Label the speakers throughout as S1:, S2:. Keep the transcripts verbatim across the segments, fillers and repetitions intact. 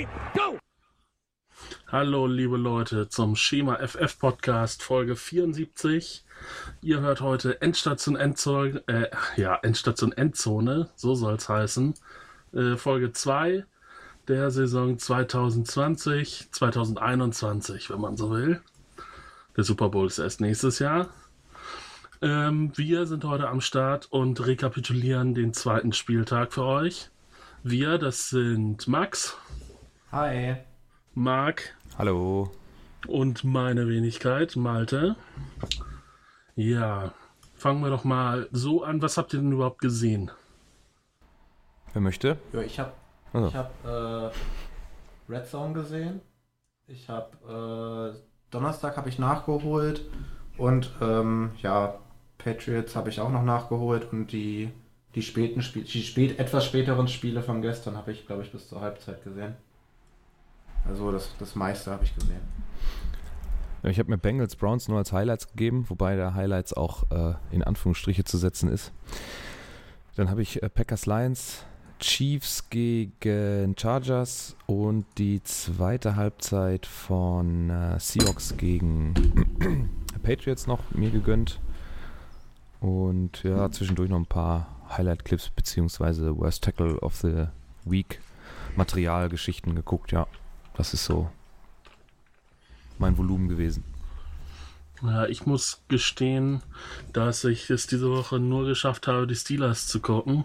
S1: three, go!
S2: Hallo liebe Leute zum Schema F F Podcast Folge vierundsiebzig. Ihr hört heute Endstation Endzone, äh, ja, Endstation Endzone, so soll es heißen. Äh, Folge zwei der Saison zwanzig zwanzig, zwanzig einundzwanzig, wenn man so will. Der Super Bowl ist erst nächstes Jahr. Ähm, wir sind heute am Start und rekapitulieren den zweiten Spieltag für euch. Wir, das sind Max.
S3: Hi.
S2: Marc.
S4: Hallo.
S2: Und meine Wenigkeit, Malte. Ja, fangen wir doch mal so an. Was habt ihr denn überhaupt gesehen?
S4: Wer möchte?
S3: Ja, ich habe
S4: Also.
S3: ich hab, äh, Red Zone gesehen. Ich habe äh, Donnerstag habe ich nachgeholt und ähm, ja, Patriots habe ich auch noch nachgeholt und die die späten Spiele, die spät, etwas späteren Spiele von gestern habe ich, glaube ich, bis zur Halbzeit gesehen. Also das, das meiste habe ich gesehen.
S4: Ja, ich habe mir Bengals Browns nur als Highlights gegeben, wobei der Highlights auch äh, in Anführungsstriche zu setzen ist. Dann habe ich äh, Packers Lions, Chiefs gegen Chargers und die zweite Halbzeit von äh, Seahawks gegen Patriots noch mir gegönnt. Und ja, zwischendurch noch ein paar Highlight-Clips beziehungsweise Worst Tackle of the Week Materialgeschichten geguckt, ja. Das ist so mein Volumen gewesen.
S2: Ja, ich muss gestehen, dass ich es diese Woche nur geschafft habe, die Steelers zu gucken.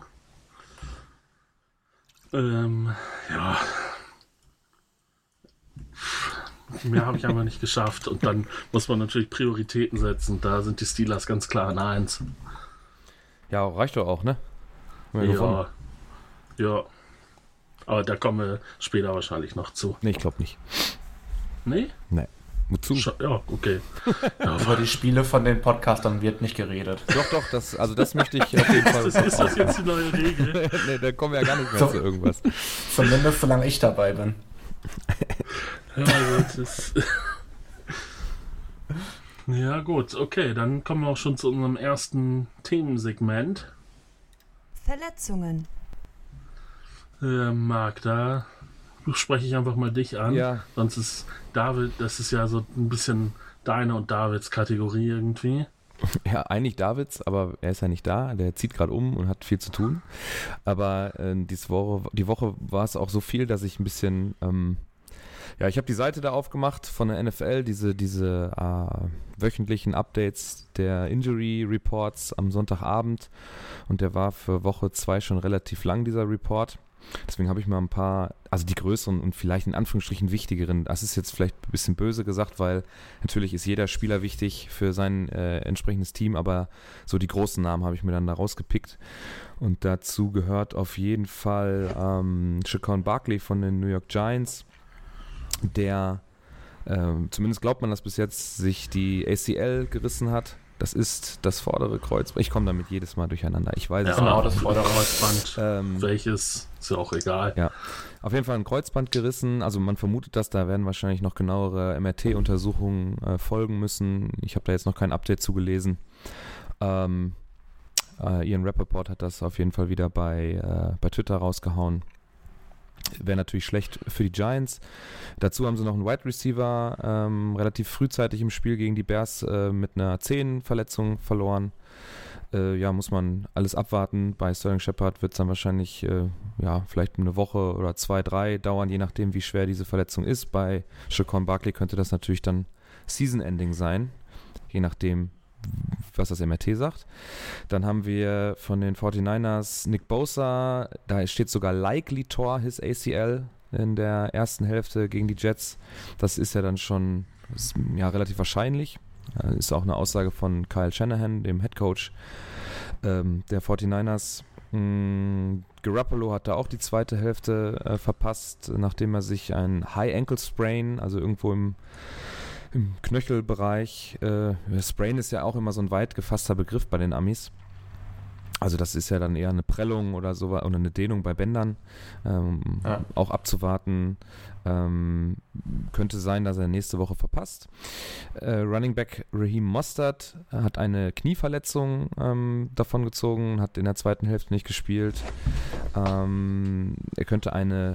S2: Ähm, ja. Mehr habe ich einfach nicht geschafft. Und dann muss man natürlich Prioritäten setzen. Da sind die Steelers ganz klar an eins.
S4: Ja, reicht doch auch, ne? Haben wir
S2: Ja.
S4: gewonnen.
S2: Ja. Aber da kommen wir später wahrscheinlich noch zu.
S4: Nee, ich glaube nicht.
S2: Nee?
S4: Nee. Wozu?
S2: Sch- Ja, okay. Ja,
S3: Über die Spiele von den Podcastern wird nicht geredet.
S4: Doch, doch, das, also das möchte ich auf jeden Fall.
S2: ist, das, ist das jetzt die neue Regel?
S4: Nee, da kommen wir ja gar nicht mehr
S3: So.
S4: zu irgendwas.
S3: Zumindest solange ich dabei bin.
S2: Ja, gut, das ja, gut, okay, dann kommen wir auch schon zu unserem ersten Themensegment.
S5: Verletzungen.
S2: Äh, Marc, da spreche ich einfach mal dich an.
S4: Ja.
S2: Sonst ist David, das ist ja so ein bisschen deine und Davids Kategorie irgendwie.
S4: Ja, eigentlich Davids, aber er ist ja nicht da. Der zieht gerade um und hat viel zu tun. Aber äh, diese Woche, die Woche war es auch so viel, dass ich ein bisschen, ähm, ja, ich habe die Seite da aufgemacht von der N F L, diese, diese äh, wöchentlichen Updates der Injury Reports am Sonntagabend. Und der war für Woche zwei schon relativ lang, dieser Report. Deswegen habe ich mal ein paar, also die größeren und vielleicht in Anführungsstrichen wichtigeren, das ist jetzt vielleicht ein bisschen böse gesagt, weil natürlich ist jeder Spieler wichtig für sein äh, entsprechendes Team, aber so die großen Namen habe ich mir dann da rausgepickt. Und dazu gehört auf jeden Fall ähm, Saquon Barkley von den New York Giants, der, äh, zumindest glaubt man das bis jetzt, sich die A C L gerissen hat. Das ist das vordere Kreuzband. Ich komme damit jedes Mal durcheinander. Ich weiß
S2: Ja,
S4: es
S3: genau,
S4: nicht.
S3: das vordere
S2: Kreuzband.
S4: Ähm,
S2: Welches? Ist ja auch egal.
S4: Ja, auf jeden Fall ein Kreuzband gerissen. Also man vermutet das, da werden wahrscheinlich noch genauere M R T-Untersuchungen äh, folgen müssen. Ich habe da jetzt noch kein Update zugelesen. Ähm, äh, Ian Rappaport hat das auf jeden Fall wieder bei, äh, bei Twitter rausgehauen. Wäre natürlich schlecht für die Giants. Dazu haben sie noch einen Wide Receiver ähm, relativ frühzeitig im Spiel gegen die Bears äh, mit einer Zehenverletzung verloren. Äh, ja, muss man alles abwarten. Bei Sterling Shepard wird es dann wahrscheinlich äh, ja, vielleicht eine Woche oder zwei, drei dauern, je nachdem, wie schwer diese Verletzung ist. Bei Saquon Barkley könnte das natürlich dann Season-Ending sein, je nachdem, was das M R T sagt. Dann haben wir von den forty-niners Nick Bosa, da steht sogar likely tore his A C L in der ersten Hälfte gegen die Jets. Das ist ja dann schon ist, ja, relativ wahrscheinlich. Ist auch eine Aussage von Kyle Shanahan, dem Headcoach ähm, der forty-niners. Mm, Garoppolo hat da auch die zweite Hälfte äh, verpasst, nachdem er sich ein High Ankle Sprain, also irgendwo im im Knöchelbereich, äh, Sprain ist ja auch immer so ein weit gefasster Begriff bei den Amis. Also das ist ja dann eher eine Prellung oder so oder eine Dehnung bei Bändern, ähm,
S3: Ja.
S4: auch abzuwarten. Ähm, könnte sein, dass er nächste Woche verpasst. Äh, Running Back Raheem Mostert hat eine Knieverletzung ähm, davongezogen, hat in der zweiten Hälfte nicht gespielt. Ähm, er könnte eine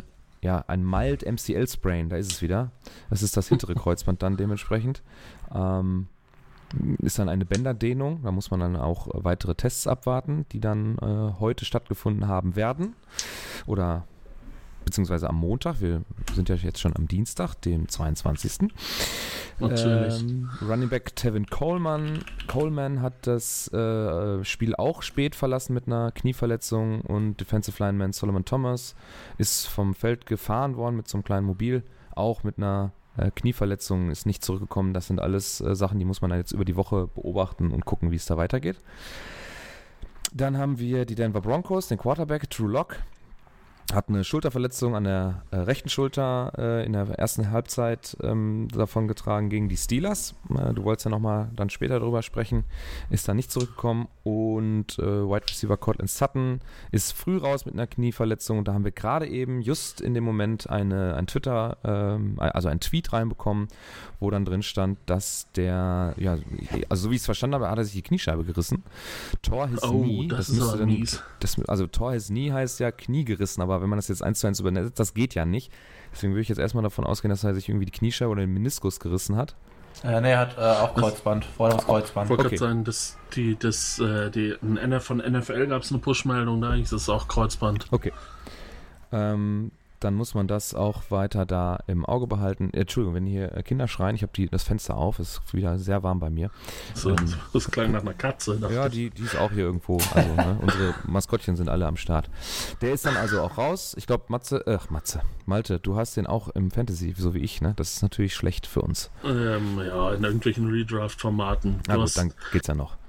S4: ja, ein mild M C L-Sprain, da ist es wieder. Das ist das hintere Kreuzband dann dementsprechend. Ähm, ist dann eine Bänderdehnung, da muss man dann auch weitere Tests abwarten, die dann äh, heute stattgefunden haben werden. Oder beziehungsweise am Montag, wir sind ja jetzt schon am Dienstag, dem zweiundzwanzigsten
S2: Natürlich.
S4: Ähm, Running Back Tevin Coleman. Coleman hat das äh, Spiel auch spät verlassen mit einer Knieverletzung und Defensive Lineman Solomon Thomas ist vom Feld gefahren worden mit so einem kleinen Mobil, auch mit einer äh, Knieverletzung, ist nicht zurückgekommen. Das sind alles äh, Sachen, die muss man dann jetzt über die Woche beobachten und gucken, wie es da weitergeht. Dann haben wir die Denver Broncos, den Quarterback Drew Lock. Hat eine Schulterverletzung an der äh, rechten Schulter äh, in der ersten Halbzeit ähm, davon getragen gegen die Steelers. Äh, du wolltest ja nochmal dann später darüber sprechen. Ist da nicht zurückgekommen. Und äh, Wide Receiver Cortland Sutton ist früh raus mit einer Knieverletzung. Da haben wir gerade eben just in dem Moment eine, ein Twitter, ähm, also ein Tweet reinbekommen, wo dann drin stand, dass der, ja, also so wie ich es verstanden habe, hat er sich die Kniescheibe gerissen. Tore his
S2: Oh,
S4: knee.
S2: das,
S4: Das
S2: ist
S4: müsste
S2: aber
S4: dann,
S2: mies.
S4: das, also Tore his knee heißt ja Knie gerissen, aber wenn man das jetzt eins zu eins übersetzt, das geht ja nicht. Deswegen würde ich jetzt erstmal davon ausgehen, dass er sich irgendwie die Kniescheibe oder den Meniskus gerissen hat.
S3: Äh, ne, er hat äh, auch Kreuzband, vorderes Kreuzband.
S2: Ich wollte
S4: Okay.
S2: gerade sagen, dass die, das, äh, die, in N F von N F L gab es eine Push-Meldung, da hieß es auch Kreuzband.
S4: Okay. Ähm, dann muss man das auch weiter da im Auge behalten. Äh, Entschuldigung, wenn hier äh, Kinder schreien, ich habe das Fenster auf, es ist wieder sehr warm bei mir.
S2: So,
S4: Ähm,
S2: das klang nach einer Katze. dachte
S4: Ja,
S2: ich.
S4: die, die ist auch hier irgendwo. Also, ne, unsere Maskottchen sind alle am Start. Der ist dann also auch raus. Ich glaube, Matze, ach Matze, Malte, du hast den auch im Fantasy, so wie ich, ne? Das ist natürlich schlecht für uns.
S2: Ähm, ja, in irgendwelchen Redraft-Formaten.
S4: Na
S2: Du
S4: gut,
S2: hast-
S4: dann geht's ja noch.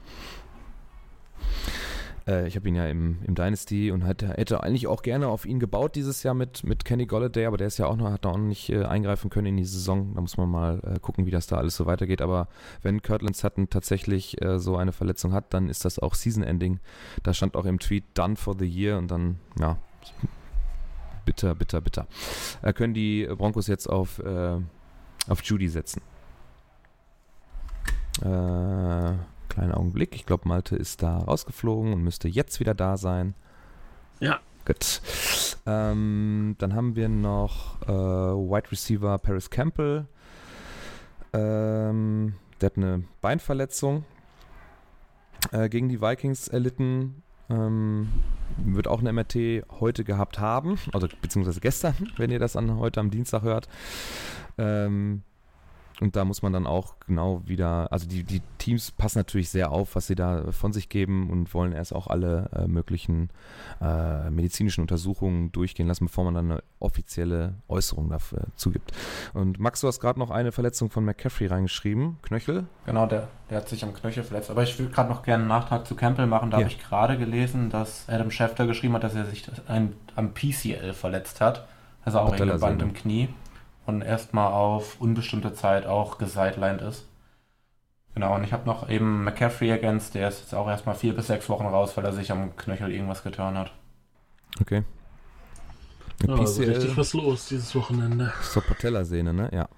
S4: Äh, ich habe ihn ja im, im Dynasty und hätte, hätte eigentlich auch gerne auf ihn gebaut dieses Jahr mit, mit Kenny Golladay, aber der ist ja auch noch, hat noch nicht äh, eingreifen können in die Saison. Da muss man mal äh, gucken, wie das da alles so weitergeht. Aber wenn Cortland Sutton tatsächlich äh, so eine Verletzung hat, dann ist das auch Season-Ending. Da stand auch im Tweet done for the year und dann, ja, bitter, bitter, bitter. Äh, können die Broncos jetzt auf, äh, auf Judy setzen. Äh, kleinen Augenblick. Ich glaube, Malte ist da rausgeflogen und müsste jetzt wieder da sein.
S2: Ja.
S4: Gut. Ähm, dann haben wir noch äh, Wide Receiver Paris Campbell. Ähm, der hat eine Beinverletzung äh, gegen die Vikings erlitten. Ähm, wird auch eine M R T heute gehabt haben, also beziehungsweise gestern, wenn ihr das an, heute am Dienstag hört. Ähm, und da muss man dann auch genau wieder, also die, die Teams passen natürlich sehr auf, was sie da von sich geben und wollen erst auch alle äh, möglichen äh, medizinischen Untersuchungen durchgehen lassen, bevor man dann eine offizielle Äußerung dafür zugibt. Und Max, du hast gerade noch eine Verletzung von McCaffrey reingeschrieben, Knöchel.
S3: Genau, der, der hat sich am Knöchel verletzt. Aber ich will gerade noch gerne einen Nachtrag zu Campbell machen. Da
S4: Ja.
S3: habe ich gerade gelesen, dass Adam Schefter geschrieben hat, dass er sich ein, am P C L verletzt hat. Also auch irgendein Band
S4: Patellasehne.
S3: im Knie. Und erstmal auf unbestimmte Zeit auch gesidelined ist. Genau, und ich habe noch eben McCaffrey ergänzt. Der ist jetzt auch erstmal vier bis sechs Wochen raus, weil er sich am Knöchel irgendwas getan hat.
S4: Okay.
S2: Ja,
S4: Eine
S2: also
S4: P C L
S2: richtig was los dieses Wochenende.
S4: ist doch Patellasehne, ne? Ja.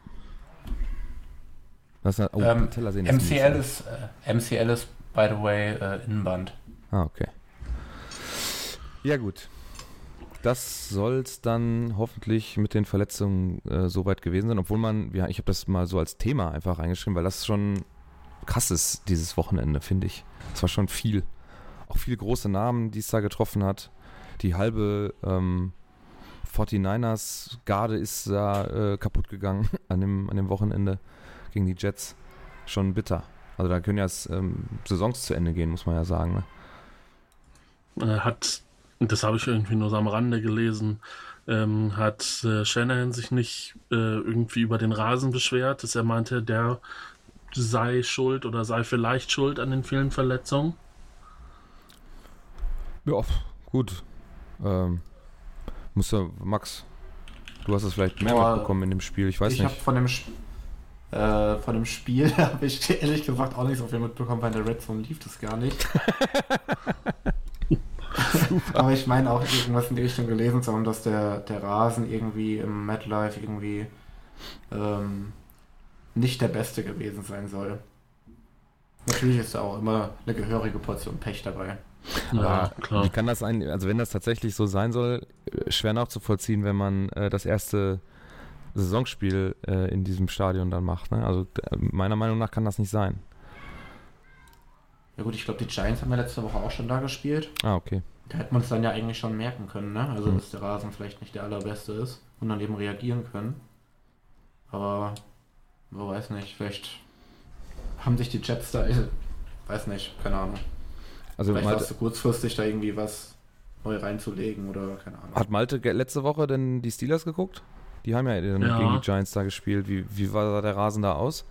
S4: Was ist, oh,
S3: Ähm,
S4: Patellasehne
S3: M C L
S4: mies,
S3: ist, äh, M C L ist, by the way, äh, Innenband.
S4: Ah, okay. Ja, gut. Das soll es dann hoffentlich mit den Verletzungen äh, soweit gewesen sein, obwohl man, ja, ich habe das mal so als Thema einfach reingeschrieben, weil das schon krass ist, dieses Wochenende, finde ich. Es war schon viel. Auch viele große Namen, die es da getroffen hat. Die halbe ähm, forty-niners-Garde ist da äh, kaputt gegangen an dem, an dem Wochenende gegen die Jets. Schon bitter. Also da können ja ähm, Saisons zu Ende gehen, muss man ja sagen. Ne?
S2: Äh, hat, das habe ich irgendwie nur so am Rande gelesen, ähm, hat äh, Shanahan sich nicht äh, irgendwie über den Rasen beschwert, dass er meinte, der sei schuld oder sei vielleicht schuld an den vielen Verletzungen.
S4: Ja, gut. Ähm, muss ja, Max, du hast es vielleicht mehr
S3: Boah,
S4: mitbekommen in dem Spiel, ich weiß
S3: ich habe
S4: nicht.
S3: von dem Sp- äh, von dem Spiel habe ich ehrlich gesagt auch nicht so viel mitbekommen, weil in der Red Zone lief das gar nicht. Aber ich meine auch irgendwas in die Richtung gelesen zu haben, dass der, der Rasen irgendwie im MetLife irgendwie ähm, nicht der beste gewesen sein soll. Natürlich ist da auch immer eine gehörige Portion Pech dabei.
S2: Ja,
S4: Aber
S2: klar.
S4: wie kann das ein, also wenn das tatsächlich so sein soll, äh, schwer nachzuvollziehen, wenn man äh, das erste Saisonspiel äh, in diesem Stadion dann macht. Ne? Also d- meiner Meinung nach kann das nicht sein.
S3: Ja gut, ich glaube, die Giants haben ja letzte Woche auch schon da gespielt.
S4: Ah, okay.
S3: Da hätte man es dann ja eigentlich schon merken können, ne? Also,
S4: Hm.
S3: dass der Rasen vielleicht nicht der allerbeste ist und dann eben reagieren können. Aber, man weiß nicht, vielleicht haben sich die Jets da, ich weiß nicht, keine Ahnung.
S4: Also
S3: Vielleicht war
S4: Malte,
S3: es so kurzfristig da irgendwie was neu reinzulegen oder keine Ahnung.
S4: hat Malte ge- letzte Woche denn die Steelers geguckt? Die haben ja, dann
S2: Ja.
S4: gegen die Giants da gespielt. Wie, wie war der Rasen da aus?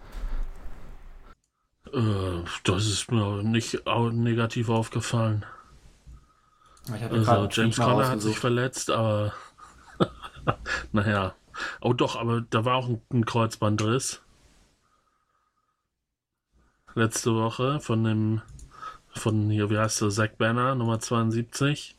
S2: Äh, das ist mir nicht au- negativ aufgefallen.
S3: Ich hatte gerade
S2: Also
S3: einen
S2: James
S3: Tweet mal
S2: Conner hat sich
S3: rausgesucht.
S2: verletzt, aber naja. Oh doch, aber da war auch ein, ein Kreuzbandriss. Letzte Woche von dem, von hier, wie heißt der, Zach Banner, Nummer zweiundsiebzig.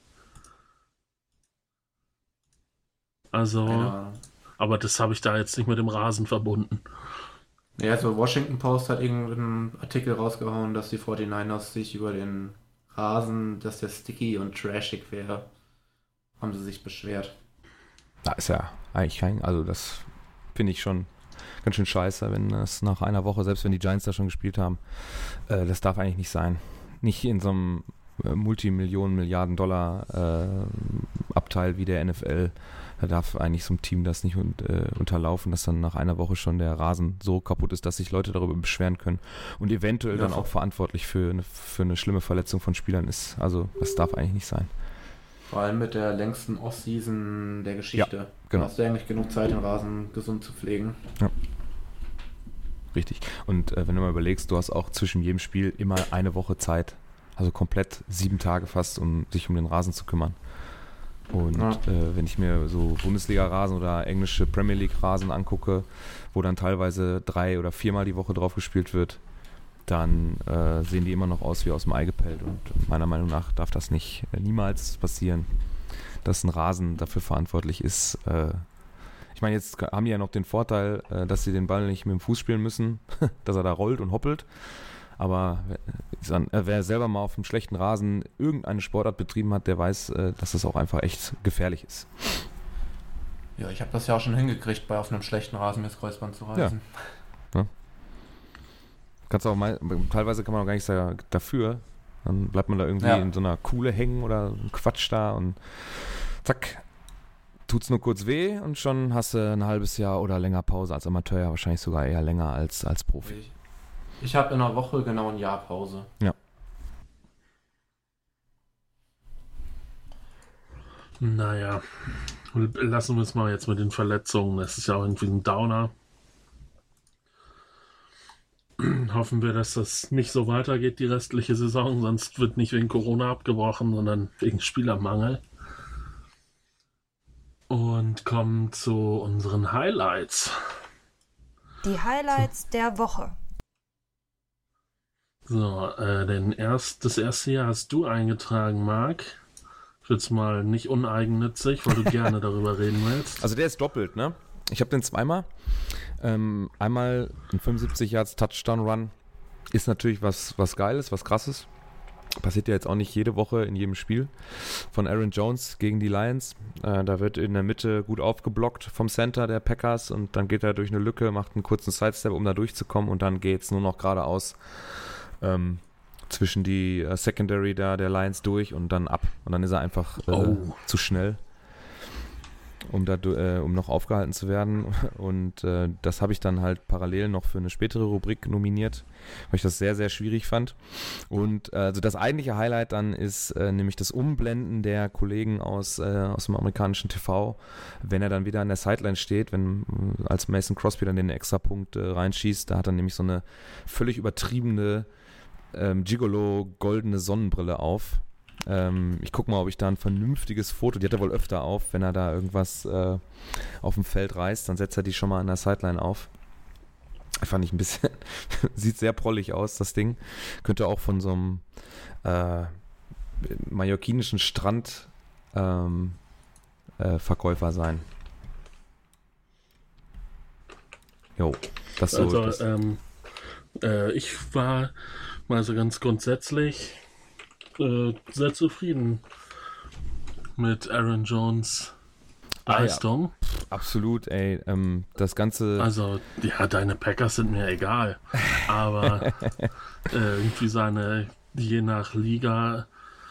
S2: Also,
S3: Keine Ahnung.
S2: aber das habe ich da jetzt nicht mit dem Rasen verbunden.
S3: Ja, also Washington Post hat irgendeinen Artikel rausgehauen, dass die forty-niners sich über den Rasen, dass der sticky und trashig wäre, haben sie sich beschwert.
S4: Da ist ja eigentlich kein, also das finde ich schon ganz schön scheiße, wenn das nach einer Woche, selbst wenn die Giants da schon gespielt haben, äh, das darf eigentlich nicht sein. Nicht in so einem äh, Multimillionen, Milliarden Dollar äh, Abteil wie der N F L. Da darf eigentlich so ein Team das nicht un- äh, unterlaufen, dass dann nach einer Woche schon der Rasen so kaputt ist, dass sich Leute darüber beschweren können und eventuell
S3: Ja,
S4: dann
S3: vor-
S4: auch verantwortlich für eine, für eine schlimme Verletzung von Spielern ist. Also das darf eigentlich nicht sein.
S3: Vor allem mit der längsten Off-Season der Geschichte.
S4: genau.
S3: Da hast du eigentlich genug Zeit, den Rasen gesund zu pflegen.
S4: Richtig. Und äh, wenn du mal überlegst, du hast auch zwischen jedem Spiel immer eine Woche Zeit, also komplett sieben Tage fast, um sich um den Rasen zu kümmern. Und
S3: Ja.
S4: äh, wenn ich mir so Bundesliga-Rasen oder englische Premier League-Rasen angucke, wo dann teilweise drei- oder viermal die Woche drauf gespielt wird, dann äh, sehen die immer noch aus wie aus dem Ei gepellt. Und meiner Meinung nach darf das nicht äh, niemals passieren, dass ein Rasen dafür verantwortlich ist. Äh, ich meine, jetzt haben die ja noch den Vorteil, äh, dass sie den Ball nicht mit dem Fuß spielen müssen, dass er da rollt und hoppelt. Aber äh, wer selber mal auf einem schlechten Rasen irgendeine Sportart betrieben hat, der weiß, äh, dass das auch einfach echt gefährlich ist.
S3: Ja, ich habe das ja auch schon hingekriegt, bei auf einem schlechten Rasen mir das Kreuzband zu reißen.
S4: Kannst auch mal, teilweise kann man auch gar nichts da, dafür. Dann bleibt man da irgendwie
S3: Ja.
S4: in so einer Kuhle hängen oder Quatsch da und zack, tut's nur kurz weh und schon hast du ein halbes Jahr oder länger Pause als Amateur, ja wahrscheinlich sogar eher länger als, als Profi.
S3: Ich, ich habe in einer Woche genau ein Jahr Pause.
S2: Naja, lassen wir es mal jetzt mit den Verletzungen. Das ist ja auch irgendwie ein Downer. Hoffen wir, dass das nicht so weitergeht, die restliche Saison. Sonst wird nicht wegen Corona abgebrochen, sondern wegen Spielermangel. Und kommen zu unseren Highlights.
S5: Die Highlights der Woche.
S2: So, äh, den erst, das erste Jahr hast du eingetragen, Marc. Ich würde es mal nicht uneigennützig, weil du gerne darüber reden willst.
S4: Also der ist doppelt, ne? Ich habe den zweimal. Ähm, einmal ein fünfundsiebzig Yards Touchdown Run ist natürlich was, was Geiles, was Krasses. Passiert ja jetzt auch nicht jede Woche in jedem Spiel von Aaron Jones gegen die Lions. Äh, da wird in der Mitte gut aufgeblockt vom Center der Packers und dann geht er durch eine Lücke, macht einen kurzen Sidestep, um da durchzukommen und dann geht es nur noch geradeaus ähm, zwischen die äh, Secondary da der Lions durch und dann ab. Und dann ist er einfach äh,
S2: Oh.
S4: zu schnell, um, da, äh, um noch aufgehalten zu werden. Und äh, das habe ich dann halt parallel noch für eine spätere Rubrik nominiert, weil ich das sehr, sehr schwierig fand. Und äh, also das eigentliche Highlight dann ist äh, nämlich das Umblenden der Kollegen aus, äh, aus dem amerikanischen T V, wenn er dann wieder an der Sideline steht, wenn äh, als Mason Crosby dann den Extrapunkt äh, reinschießt. Da hat er nämlich so eine völlig übertriebene ähm, Gigolo goldene Sonnenbrille auf. Ähm, ich gucke mal, ob ich da ein vernünftiges Foto, die hat er wohl öfter auf, wenn er da irgendwas äh, auf dem Feld reißt, dann setzt er die schon mal an der Sideline auf. Fand ich ein bisschen, sieht sehr prollig aus, das Ding. Könnte auch von so einem äh, mallorquinischen Strand ähm, äh, Verkäufer sein. Jo, das so.
S2: Also,
S4: das,
S2: ähm, äh, ich war mal so ganz grundsätzlich, äh, sehr zufrieden mit Aaron Jones Leistung.
S4: Ah, ja. Absolut, ey. Ähm, das Ganze...
S2: Also, ja, deine Packers sind mir egal. Aber äh, irgendwie seine, je nach Liga,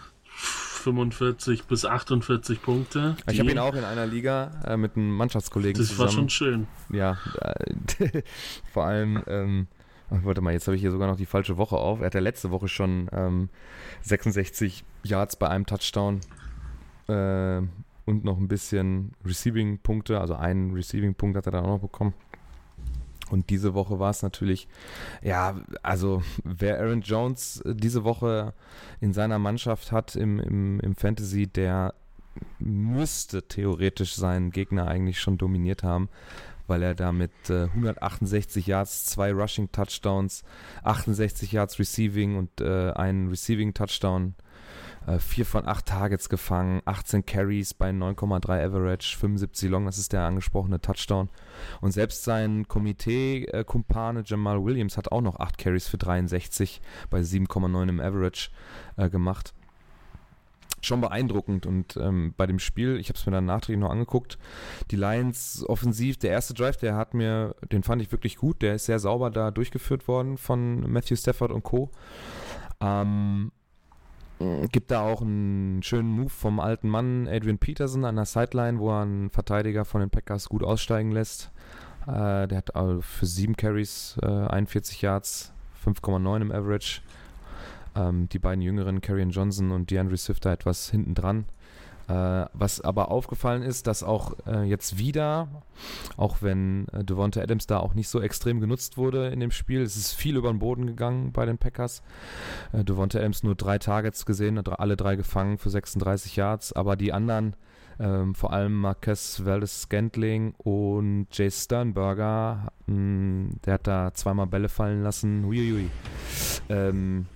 S2: fünfundvierzig bis achtundvierzig Punkte.
S4: Ich habe ihn auch in einer Liga äh, mit einem Mannschaftskollegen
S2: das
S4: zusammen.
S2: Das war schon schön.
S4: Ja, äh, vor allem... Ähm, ach, warte mal, jetzt habe ich hier sogar noch die falsche Woche auf. Er hat ja letzte Woche schon ähm, sechsundsechzig Yards bei einem Touchdown. Äh, und noch ein bisschen Receiving-Punkte, also einen Receiving-Punkt hat er dann auch noch bekommen. Und diese Woche war es natürlich, ja, also wer Aaron Jones diese Woche in seiner Mannschaft hat im, im, im Fantasy, der müsste theoretisch seinen Gegner eigentlich schon dominiert haben, weil er da mit äh, hundertachtundsechzig Yards, zwei Rushing-Touchdowns, achtundsechzig Yards Receiving und äh, einen Receiving-Touchdown, vier von acht Targets gefangen, achtzehn Carries bei neun Komma drei Average, fünfundsiebzig Long, das ist der angesprochene Touchdown. Und selbst sein Komitee-Kumpane Jamal Williams hat auch noch acht Carries für dreiundsechzig bei sieben Komma neun im Average äh, gemacht. Schon beeindruckend und ähm, bei dem Spiel, ich habe es mir dann nachträglich noch angeguckt, die Lions offensiv, der erste Drive, der hat mir, den fand ich wirklich gut, der ist sehr sauber da durchgeführt worden von Matthew Stafford und Co. Ähm, Gibt da auch einen schönen Move vom alten Mann Adrian Peterson an der Sideline, wo er einen Verteidiger von den Packers gut aussteigen lässt. Äh, der hat also für sieben Carries äh, einundvierzig Yards, fünf Komma neun im Average. Ähm, die beiden jüngeren, Kerryon Johnson und DeAndre Swift, da etwas hinten dran. Äh, was aber aufgefallen ist, dass auch äh, jetzt wieder, auch wenn äh, Devonta Adams da auch nicht so extrem genutzt wurde in dem Spiel, es ist viel über den Boden gegangen bei den Packers. Äh, Devonta Adams nur drei Targets gesehen, alle drei gefangen für sechsunddreißig Yards, aber die anderen, ähm, vor allem Marquez Valdes-Scantling und Jay Sternberger, mh, der hat da zweimal Bälle fallen lassen, huiuiui. Ähm,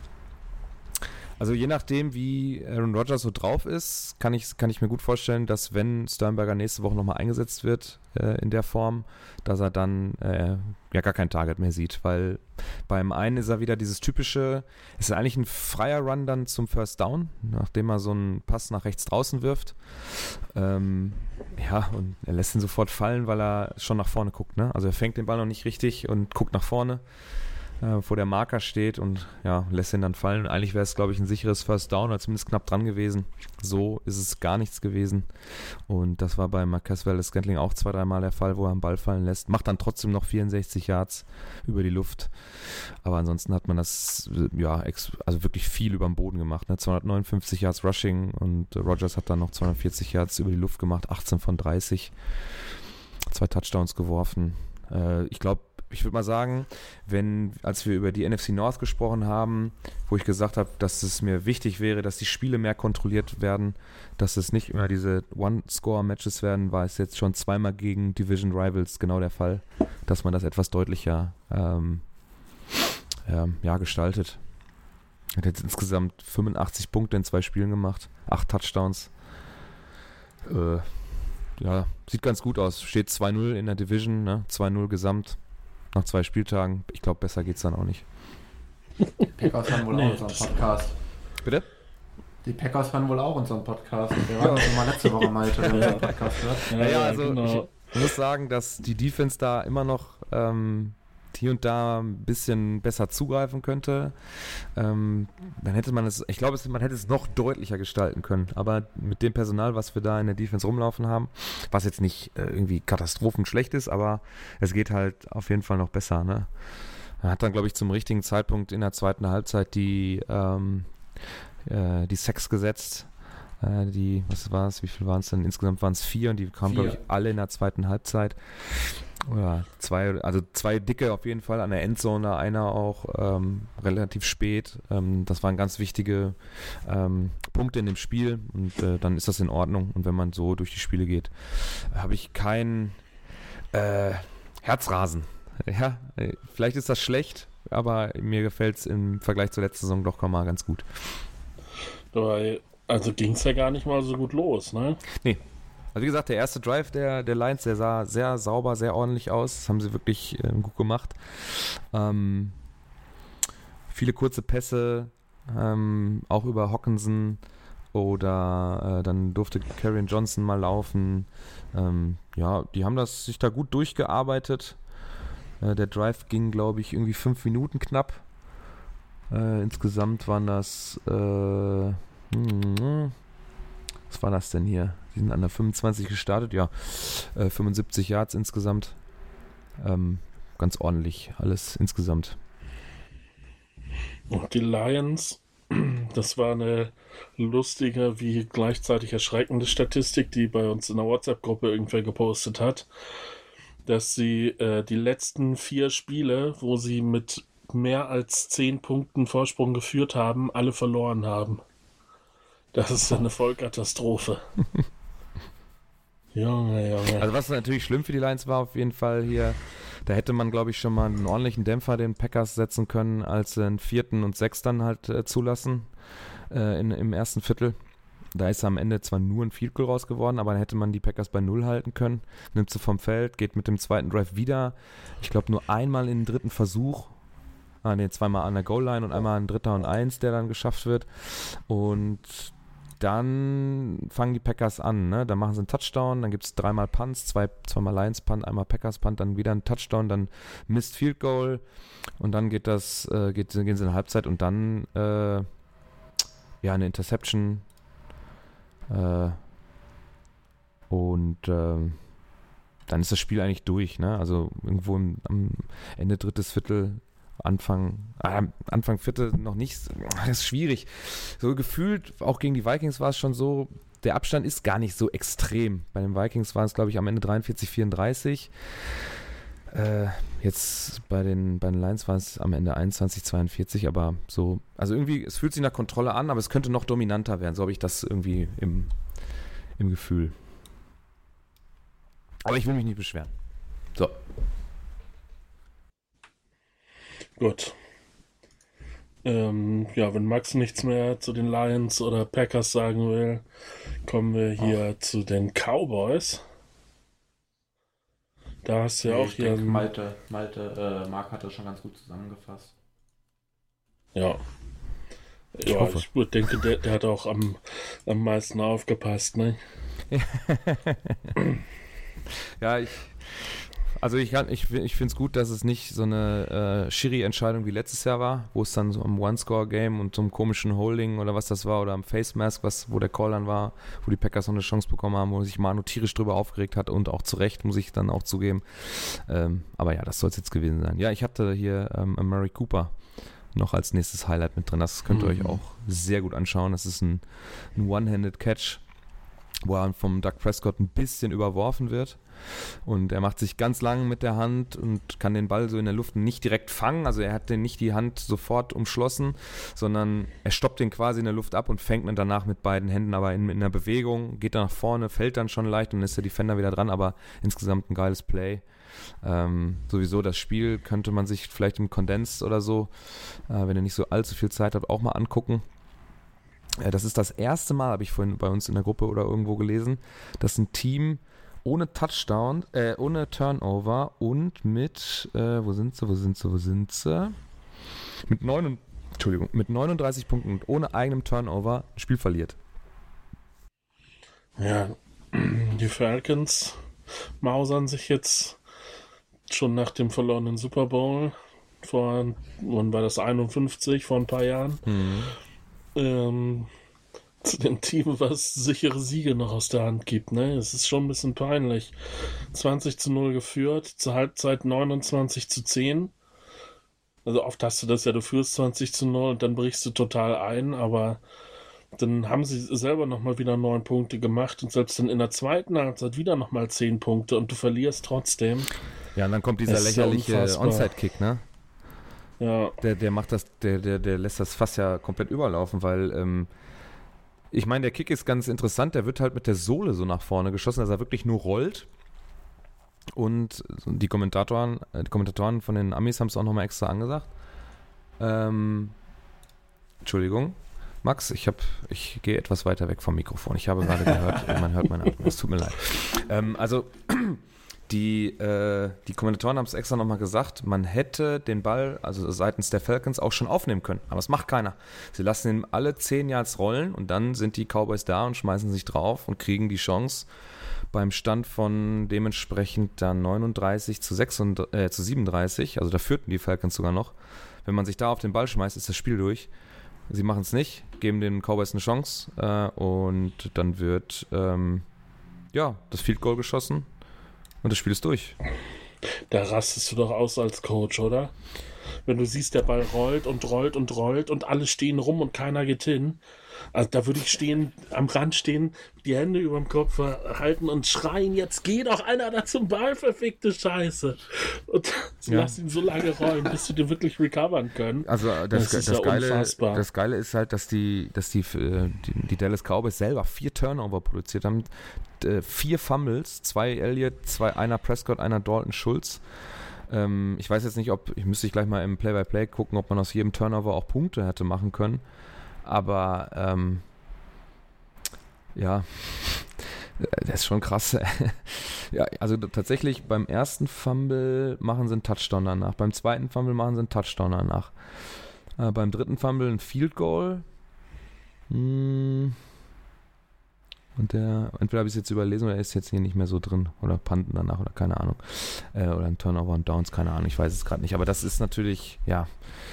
S4: Also je nachdem, wie Aaron Rodgers so drauf ist, kann ich, kann ich mir gut vorstellen, dass wenn Sternberger nächste Woche nochmal eingesetzt wird äh, in der Form, dass er dann äh, ja gar kein Target mehr sieht, weil beim einen ist er wieder dieses typische, es ist eigentlich ein freier Run dann zum First Down, nachdem er so einen Pass nach rechts draußen wirft. Ähm, ja, und er lässt ihn sofort fallen, weil er schon nach vorne guckt, ne? Also er fängt den Ball noch nicht richtig und guckt nach vorne, Äh, wo der Marker steht und ja, lässt ihn dann fallen. Eigentlich wäre es, glaube ich, ein sicheres First Down oder zumindest knapp dran gewesen. So ist es gar nichts gewesen. Und das war bei Marquez Valdes-Scantling auch zwei, dreimal der Fall, wo er einen Ball fallen lässt. Macht dann trotzdem noch vierundsechzig Yards über die Luft. Aber ansonsten hat man das ja ex- also wirklich viel über den Boden gemacht. Ne? zweihundertneunundfünfzig Yards Rushing und Rodgers hat dann noch zweihundertvierzig Yards über die Luft gemacht, achtzehn von dreißig. Zwei Touchdowns geworfen. Äh, ich glaube, Ich würde mal sagen, wenn, als wir über die N F C North gesprochen haben, wo ich gesagt habe, dass es mir wichtig wäre, dass die Spiele mehr kontrolliert werden, dass es nicht immer diese One-Score-Matches werden, war es jetzt schon zweimal gegen Division Rivals genau der Fall, dass man das etwas deutlicher ähm, ähm, ja, gestaltet. Hat jetzt insgesamt fünfundachtzig Punkte in zwei Spielen gemacht, acht Touchdowns. Äh, ja, sieht ganz gut aus. Steht zwei null in der Division, ne? zwei null gesamt. Nach zwei Spieltagen. Ich glaube, besser geht's dann auch nicht.
S3: Die Packers hören wohl
S2: Nee,
S3: auch unseren Podcast.
S4: Bitte?
S3: Die Packers hören wohl auch unseren Podcast. Wir waren ja schon mal letzte Woche mal, der unseren Podcast hört.
S2: Ja,
S4: Ja, also
S2: genau.
S4: ich muss sagen, dass die Defense da immer noch ähm, hier und da ein bisschen besser zugreifen könnte. Ähm, dann hätte man es, ich glaube, es, man hätte es noch deutlicher gestalten können. Aber mit dem Personal, was wir da in der Defense rumlaufen haben, was jetzt nicht äh, irgendwie katastrophenschlecht ist, aber es geht halt auf jeden Fall noch besser. Ne? Er hat dann, glaube ich, zum richtigen Zeitpunkt in der zweiten Halbzeit die, ähm, äh, die Sacks gesetzt. Äh, die, was war es, wie viel waren es denn? Insgesamt waren es vier und die kamen, glaube ich, alle in der zweiten Halbzeit. Oder zwei, also zwei dicke auf jeden Fall an der Endzone, einer auch ähm, relativ spät. Ähm, das waren ganz wichtige ähm, Punkte in dem Spiel und äh, dann ist das in Ordnung. Und wenn man so durch die Spiele geht, habe ich kein äh, Herzrasen. Ja, äh, vielleicht ist das schlecht, aber mir gefällt es im Vergleich zur letzten Saison doch mal ganz gut.
S2: Dabei, also ging es ja gar nicht mal so gut los, ne?
S4: Nee. Also wie gesagt, der erste Drive der, der Lions, der sah sehr sauber, sehr ordentlich aus. Das haben sie wirklich äh, gut gemacht. Ähm, viele kurze Pässe, ähm, auch über Hockenson oder äh, dann durfte Kerryon Johnson mal laufen. Ähm, ja, die haben das sich da gut durchgearbeitet. Äh, der Drive ging, glaube ich, irgendwie fünf Minuten knapp. Äh, insgesamt waren das äh, hm, was war das denn hier? Die sind an der fünfundzwanzig gestartet, ja, äh, fünfundsiebzig Yards insgesamt. Ähm, ganz ordentlich alles insgesamt.
S2: Und die Lions, das war eine lustige wie gleichzeitig erschreckende Statistik, die bei uns in der WhatsApp-Gruppe irgendwer gepostet hat, dass sie äh, die letzten vier Spiele, wo sie mit mehr als zehn Punkten Vorsprung geführt haben, alle verloren haben. Das ist eine Vollkatastrophe. Junge, Junge.
S4: Also was natürlich schlimm für die Lions war auf jeden Fall hier, da hätte man, glaube ich, schon mal einen ordentlichen Dämpfer den Packers setzen können, als sie einen vierten und sechsten halt äh, zulassen äh, in, im ersten Viertel. Da ist am Ende zwar nur ein Field Goal raus geworden, aber dann hätte man die Packers bei Null halten können. Nimmt sie vom Feld, geht mit dem zweiten Drive wieder. Ich glaube nur einmal in den dritten Versuch. Ah ne, zweimal an der Goal-Line und einmal ein Dritter und Eins, der dann geschafft wird. Und dann fangen die Packers an, ne? Dann machen sie einen Touchdown, dann gibt es dreimal Punts, zwei, zweimal Lions Punt, einmal Packers Punt, dann wieder ein Touchdown, dann Missed Field Goal und dann geht das, äh, geht, gehen sie in Halbzeit und dann äh, ja eine Interception äh, und äh, dann ist das Spiel eigentlich durch, ne? Also irgendwo im, am Ende drittes Viertel Anfang, äh, Anfang Viertel noch nicht, das ist schwierig. So gefühlt, auch gegen die Vikings war es schon so, der Abstand ist gar nicht so extrem. Bei den Vikings waren es, glaube ich, am Ende dreiundvierzig vierunddreißig. Äh, jetzt bei den, bei den Lions war es am Ende einundzwanzig zweiundvierzig, aber so, also irgendwie, es fühlt sich nach Kontrolle an, aber es könnte noch dominanter werden. So habe ich das irgendwie im, im Gefühl. Aber ich will mich nicht beschweren. So.
S2: Gut. Ähm, ja, wenn Max nichts mehr zu den Lions oder Packers sagen will, kommen wir hier Ach. zu den Cowboys. Da hast du ja
S3: nee,
S2: auch
S3: ich
S2: hier...
S3: Denke, Malte, Malte äh, Marc hat das schon ganz gut zusammengefasst.
S2: Ja. Ich ja, hoffe. Ich denke, der, der hat auch am, am meisten aufgepasst, ne?
S4: Ja, ich... Also ich, kann, ich, ich finde es gut, dass es nicht so eine äh, Schiri-Entscheidung wie letztes Jahr war, wo es dann so am One-Score-Game und zum komischen Holding oder was das war oder am Face-Mask, was, wo der Call dann war, wo die Packers noch eine Chance bekommen haben, wo sich Manu tierisch drüber aufgeregt hat und auch zu Recht, muss ich dann auch zugeben. Ähm, aber ja, das soll es jetzt gewesen sein. Ja, ich hatte hier ähm, Amari Cooper noch als nächstes Highlight mit drin. Das könnt ihr mhm. euch auch sehr gut anschauen. Das ist ein, ein One-Handed-Catch, wo er vom Doug Prescott ein bisschen überworfen wird. Und er macht sich ganz lang mit der Hand und kann den Ball so in der Luft nicht direkt fangen. Also er hat den nicht die Hand sofort umschlossen, sondern er stoppt den quasi in der Luft ab und fängt ihn danach mit beiden Händen aber in, in der Bewegung, geht dann nach vorne, fällt dann schon leicht und dann ist der Defender wieder dran, aber insgesamt ein geiles Play. Ähm, sowieso das Spiel könnte man sich vielleicht im Condensed oder so, äh, wenn ihr nicht so allzu viel Zeit habt, auch mal angucken. Äh, das ist das erste Mal, habe ich vorhin bei uns in der Gruppe oder irgendwo gelesen, dass ein Team ohne Touchdown, äh, ohne Turnover und mit, äh, wo sind sie, wo sind sie, wo sind sie? Mit neun, Entschuldigung, mit neununddreißig Punkten und ohne eigenem Turnover ein Spiel verliert.
S2: Ja, die Falcons mausern sich jetzt schon nach dem verlorenen Super Bowl vor, wann war das, einundfünfzig, vor ein paar Jahren, mhm. ähm, zu dem Team, was sichere Siege noch aus der Hand gibt, ne? Es ist schon ein bisschen peinlich. zwanzig zu null geführt, zur Halbzeit neunundzwanzig zu zehn. Also oft hast du das ja, du führst zwanzig zu null und dann brichst du total ein, aber dann haben sie selber nochmal wieder neun Punkte gemacht und selbst dann in der zweiten Halbzeit wieder nochmal zehn Punkte und du verlierst trotzdem.
S4: Ja, und dann kommt dieser lächerliche Onside-Kick, ne?
S2: Ja.
S4: Der, der macht das, der, der, der lässt das fast ja komplett überlaufen, weil ähm, ich meine, der Kick ist ganz interessant, der wird halt mit der Sohle so nach vorne geschossen, dass er wirklich nur rollt. Und die Kommentatoren, die Kommentatoren von den Amis haben es auch nochmal extra angesagt. Ähm, Entschuldigung, Max, ich, hab, ich gehe etwas weiter weg vom Mikrofon. Ich habe gerade gehört, man hört meine Atmung, es tut mir leid. Ähm, also, Die, äh, die Kommentatoren haben es extra nochmal gesagt, man hätte den Ball, also seitens der Falcons, auch schon aufnehmen können. Aber es macht keiner. Sie lassen ihn alle zehn Yards rollen und dann sind die Cowboys da und schmeißen sich drauf und kriegen die Chance, beim Stand von dementsprechend dann neununddreißig zu, sechsunddreißig, äh, zu siebenunddreißig, also da führten die Falcons sogar noch. Wenn man sich da auf den Ball schmeißt, ist das Spiel durch. Sie machen es nicht, geben den Cowboys eine Chance äh, und dann wird ähm, ja, das Field Goal geschossen. Und das Spiel ist durch.
S2: Da rastest du doch aus als Coach, oder? Wenn du siehst, der Ball rollt und rollt und rollt und alle stehen rum und keiner geht hin. Also da würde ich stehen, am Rand stehen, die Hände über dem Kopf halten und schreien, jetzt geh doch einer da zum Ball, verfickte Scheiße. Und
S4: Ja.
S2: lass ihn so lange rollen, bis du den wirklich recovern können.
S4: Also das,
S2: Das
S4: das,
S2: ist ja
S4: Geile,
S2: unfassbar.
S4: das Geile ist halt, dass die, dass die, äh, die, die Dallas Cowboys selber vier Turnover produziert haben. Äh, Vier Fumbles, zwei Elliott, zwei, einer Prescott, einer Dalton Schulz. Ähm, ich weiß jetzt nicht, ob, ich müsste ich gleich mal im Play-by-Play gucken, ob man aus jedem Turnover auch Punkte hätte machen können. Aber ähm, ja, das ist schon krass. Ja, also tatsächlich beim ersten Fumble machen sie einen Touchdown danach, beim zweiten Fumble machen sie einen Touchdown danach, äh, beim dritten Fumble ein Field Goal. Hm. Und der, entweder habe ich es jetzt überlesen oder er ist jetzt hier nicht mehr so drin oder Punten danach oder keine Ahnung. Äh, oder ein Turnover und Downs, keine Ahnung, ich weiß es gerade nicht. Aber das ist natürlich, ja,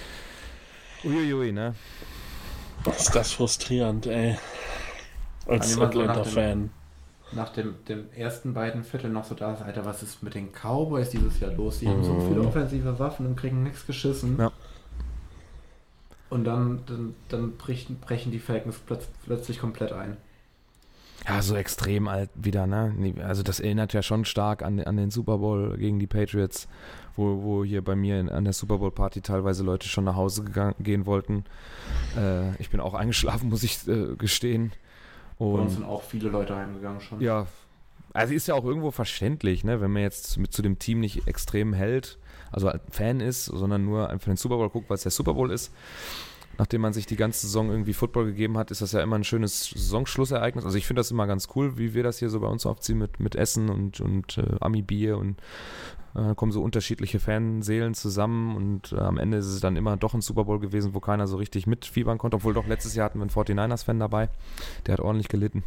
S4: uiuiui, ne?
S2: Ist das frustrierend, ey. Als
S3: Kann jemand so nach
S2: Atlanta-Fan.
S3: Nach dem, dem ersten beiden Viertel noch so da ist, Alter, was ist mit den Cowboys dieses Jahr los? Die haben so
S2: Mhm.
S3: viele offensive Waffen und kriegen nichts geschissen.
S4: Ja.
S3: Und dann, dann, dann brechen, brechen die Falcons plötz, plötzlich komplett ein.
S4: Ja, so extrem alt wieder, ne? Also das erinnert ja schon stark an, an den Super Bowl gegen die Patriots, wo, wo hier bei mir in, an der Super Bowl Party teilweise Leute schon nach Hause gegangen, gehen wollten. Äh, ich bin auch eingeschlafen, muss ich äh, gestehen.
S3: Bei uns
S4: Und
S3: sind auch viele Leute heimgegangen schon.
S4: ja, also ist ja auch irgendwo verständlich, ne? Wenn man jetzt mit zu dem Team nicht extrem hält, also Fan ist, sondern nur einfach den Super Bowl guckt, weil es der Super Bowl ist. Nachdem man sich die ganze Saison irgendwie Football gegeben hat, ist das ja immer ein schönes Saisonschlussereignis. Also ich finde das immer ganz cool, wie wir das hier so bei uns aufziehen mit, mit Essen und, und äh, Ami-Bier und äh, kommen so unterschiedliche Fanseelen zusammen und äh, am Ende ist es dann immer doch ein Super Bowl gewesen, wo keiner so richtig mitfiebern konnte, obwohl doch letztes Jahr hatten wir einen forty-niners-Fan dabei, der hat ordentlich gelitten.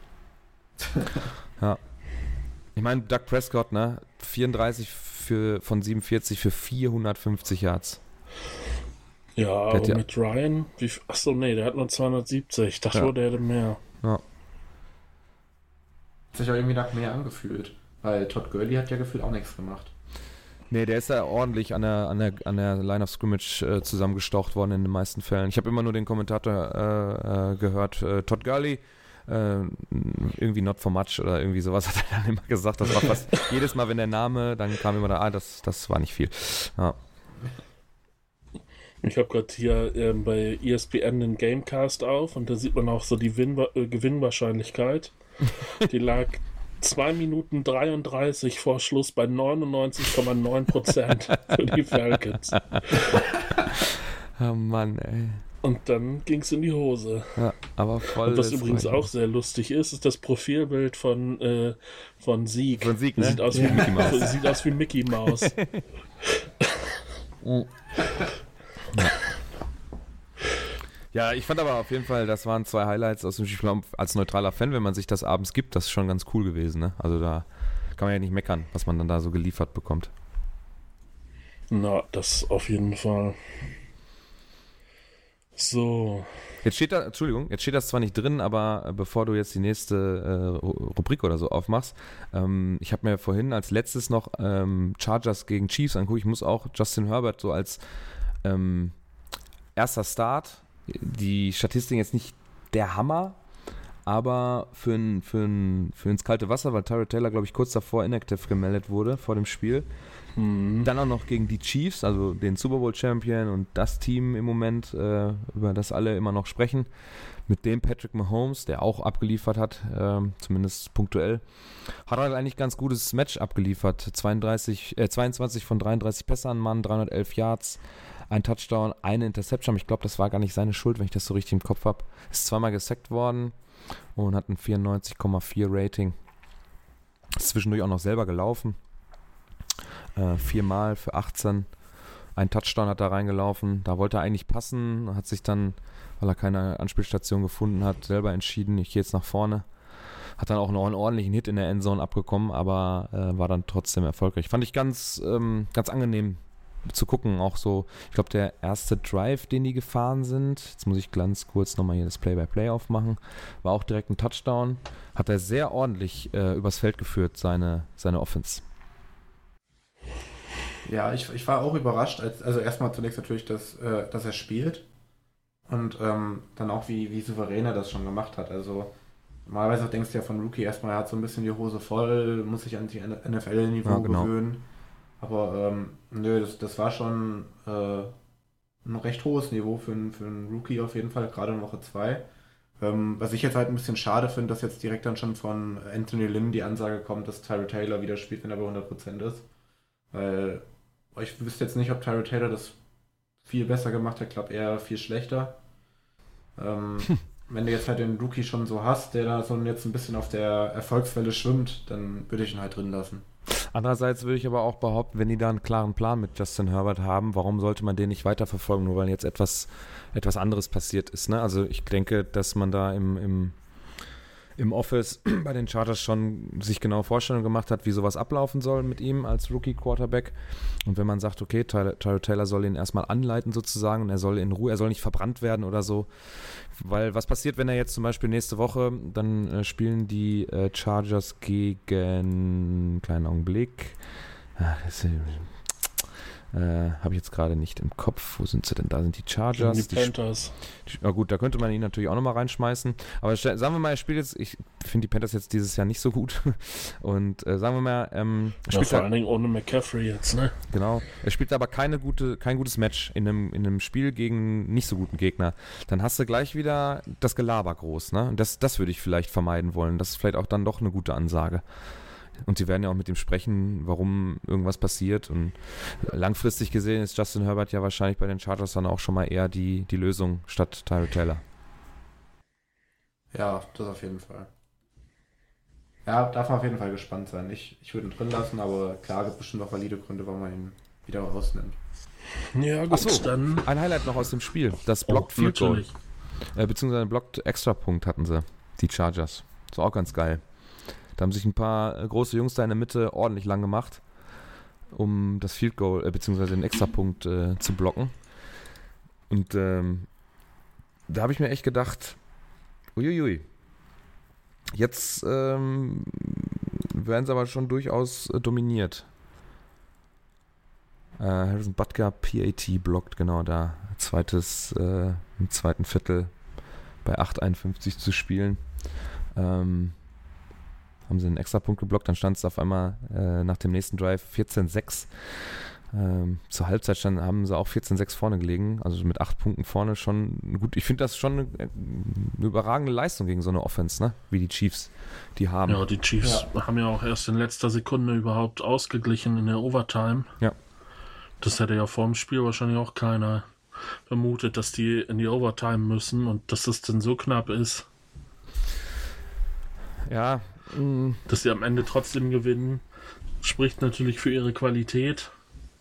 S4: Ja. Ich meine, Doug Prescott, ne, vierunddreißig für, von siebenundvierzig für vierhundertfünfzig Yards.
S2: Ja,
S4: hat
S2: aber
S4: ja-
S2: mit Ryan, wie, achso, nee, der hat nur zweihundertsiebzig. Ich dachte,
S4: Ja.
S2: oh, der hätte mehr.
S4: Ja.
S3: Hat sich auch irgendwie nach mehr angefühlt. Weil Todd Gurley hat ja gefühlt auch nichts gemacht.
S4: Nee, der ist ja ordentlich an der, an der, an der Line of Scrimmage äh, zusammengestaucht worden in den meisten Fällen. Ich habe immer nur den Kommentator äh, äh, gehört, äh, Todd Gurley, äh, irgendwie not for much oder irgendwie sowas hat er dann immer gesagt. Das war fast jedes Mal, wenn der Name, dann kam immer da, ah, das, das war nicht viel. Ja.
S2: Ich habe gerade hier ähm, bei E S P N den Gamecast auf und da sieht man auch so die Win äh, Gewinnwahrscheinlichkeit. Die lag zwei Minuten dreiunddreißig vor Schluss bei neunundneunzig Komma neun Prozent für die Falcons.
S4: Oh Mann, ey.
S2: Und dann ging es in die Hose.
S4: Ja, aber voll.
S2: Und was
S4: ist
S2: übrigens
S4: rein.
S2: auch sehr lustig ist, ist das Profilbild von, äh, von Sieg.
S4: Von Sieg, ne?
S2: Sieht aus wie
S4: Ja.
S2: Mickey Mouse. Sieht aus wie Mickey Mouse.
S4: Ja, ich fand aber auf jeden Fall, das waren zwei Highlights aus dem Spiel. Als neutraler Fan, wenn man sich das abends gibt, das ist schon ganz cool gewesen. Ne? Also da kann man ja nicht meckern, was man dann da so geliefert bekommt.
S2: Na, das auf jeden Fall. So.
S4: Jetzt steht da, Entschuldigung, jetzt steht das zwar nicht drin, aber äh, bevor du jetzt die nächste äh, Rubrik oder so aufmachst, ähm, ich habe mir vorhin als letztes noch ähm, Chargers gegen Chiefs angeguckt. Ich muss auch Justin Herbert so als ähm, erster Start, die Statistik jetzt nicht der Hammer, aber für, ein, für, ein, für ins kalte Wasser, weil Tyrod Taylor, glaube ich, kurz davor inactive gemeldet wurde vor dem Spiel.
S2: Hm.
S4: Dann auch noch gegen die Chiefs, also den Super Bowl Champion und das Team im Moment, äh, über das alle immer noch sprechen. Mit dem Patrick Mahomes, der auch abgeliefert hat, äh, zumindest punktuell, hat er eigentlich ganz gutes Match abgeliefert. zweiunddreißig, äh, zweiundzwanzig von dreiunddreißig Pässe an Mann, dreihundertelf Yards, ein Touchdown, eine Interception. Ich glaube, das war gar nicht seine Schuld, wenn ich das so richtig im Kopf habe. Ist zweimal gesackt worden und hat ein vierundneunzig Komma vier Rating. Ist zwischendurch auch noch selber gelaufen. Äh, viermal für achtzehn. Ein Touchdown hat er reingelaufen. Da wollte er eigentlich passen, hat sich dann, weil er keine Anspielstation gefunden hat, selber entschieden, ich gehe jetzt nach vorne. Hat dann auch noch einen ordentlichen Hit in der Endzone abbekommen, aber äh, war dann trotzdem erfolgreich. Fand ich ganz, ähm, ganz angenehm zu gucken. Auch so, ich glaube, der erste Drive, den die gefahren sind, jetzt muss ich ganz kurz nochmal hier das Play-by-Play aufmachen, war auch direkt ein Touchdown. Hat er sehr ordentlich äh, übers Feld geführt, seine, seine Offense.
S3: Ja, ich, ich war auch überrascht, als, also erstmal zunächst natürlich, dass, äh, dass er spielt und ähm, dann auch, wie, wie souverän er das schon gemacht hat. Also normalerweise denkst du ja von Rookie erstmal, er hat so ein bisschen die Hose voll, muss sich an die N F L-Niveau
S4: ja, genau.
S3: gewöhnen. Aber ähm, nö, das, das war schon äh, ein recht hohes Niveau für, einen- für einen Rookie auf jeden Fall, gerade in Woche zwei. Ähm, was ich jetzt halt ein bisschen schade finde, dass jetzt direkt dann schon von Anthony Lynn die Ansage kommt, dass Tyrod Taylor wieder spielt, wenn er bei hundert Prozent ist. Weil ich wüsste jetzt nicht, ob Tyrod Taylor das viel besser gemacht hat, ich glaube eher viel schlechter. Ähm, wenn du jetzt halt den Rookie schon so hast, der da so jetzt ein bisschen auf der Erfolgswelle schwimmt, dann würde ich ihn halt drin lassen.
S4: Andererseits würde ich aber auch behaupten, wenn die da einen klaren Plan mit Justin Herbert haben, warum sollte man den nicht weiterverfolgen, nur weil jetzt etwas, etwas anderes passiert ist. Ne? Also ich denke, dass man da im, im, im Office bei den Chargers schon sich genau Vorstellungen gemacht hat, wie sowas ablaufen soll mit ihm als Rookie-Quarterback. Und wenn man sagt, okay, Tyrod Taylor soll ihn erstmal anleiten sozusagen und er soll in Ruhe, er soll nicht verbrannt werden oder so. Weil was passiert, wenn er jetzt zum Beispiel nächste Woche, dann äh, spielen die äh, Chargers gegen, kleinen Augenblick, ah, das äh, äh, habe ich jetzt gerade nicht im Kopf. Wo sind sie denn? Da sind die Chargers.
S2: Die Panthers.
S4: Die, na gut, da könnte man ihn natürlich auch nochmal reinschmeißen. Aber sagen wir mal, er spielt jetzt, ich finde die Panthers jetzt dieses Jahr nicht so gut. Und äh, sagen wir mal, ähm, er
S2: Ja,
S4: spielt
S2: vor
S4: da,
S2: allen Dingen ohne McCaffrey jetzt, ne?
S4: genau, er spielt aber keine gute, kein gutes Match in einem, in einem Spiel gegen einen nicht so guten Gegner. Dann hast du gleich wieder das Gelaber groß, ne? Und das, das würde ich vielleicht vermeiden wollen. Das ist vielleicht auch dann doch eine gute Ansage. Und sie werden ja auch mit ihm sprechen, warum irgendwas passiert. Und langfristig gesehen ist Justin Herbert ja wahrscheinlich bei den Chargers dann auch schon mal eher die, die Lösung statt Tyrod Taylor.
S3: Ja, das auf jeden Fall. Ja, darf man auf jeden Fall gespannt sein. Ich, ich würde ihn drin lassen, aber klar, gibt bestimmt auch valide Gründe, warum man ihn wieder rausnimmt.
S2: Ja, gut,
S4: Ach so,
S2: dann.
S4: ein Highlight noch aus dem Spiel. Das
S2: Oh,
S4: Blocked Field Goal.
S2: natürlich.
S4: Äh, beziehungsweise Blocked Extrapunkt hatten sie, die Chargers. Das war auch ganz geil. Da haben sich ein paar äh, große Jungs da in der Mitte ordentlich lang gemacht, um das Field Goal, äh, beziehungsweise den Extrapunkt äh, zu blocken. Und ähm, da habe ich mir echt gedacht, uiuiui, jetzt ähm, werden sie aber schon durchaus äh, dominiert. Äh, Harrison Butker P A T blockt, genau da. Zweites, äh, im zweiten Viertel bei acht einundfünfzig zu spielen. Ähm, haben sie einen Extrapunkt geblockt, dann stand es auf einmal äh, nach dem nächsten Drive vierzehn sechs. Ähm, zur Halbzeit stand, haben sie auch vierzehn sechs vorne gelegen, also mit acht Punkten vorne schon gut. Ich finde das schon eine, eine überragende Leistung gegen so eine Offense, ne? Wie die Chiefs die haben.
S2: Ja, die Chiefs
S3: Ja.
S2: haben ja auch erst in letzter Sekunde überhaupt ausgeglichen in der Overtime.
S4: Ja.
S2: Das hätte ja vor dem Spiel wahrscheinlich auch keiner vermutet, dass die in die Overtime müssen und dass es denn so knapp ist,
S4: Ja, mh,
S2: dass sie am Ende trotzdem gewinnen. Spricht natürlich für ihre Qualität.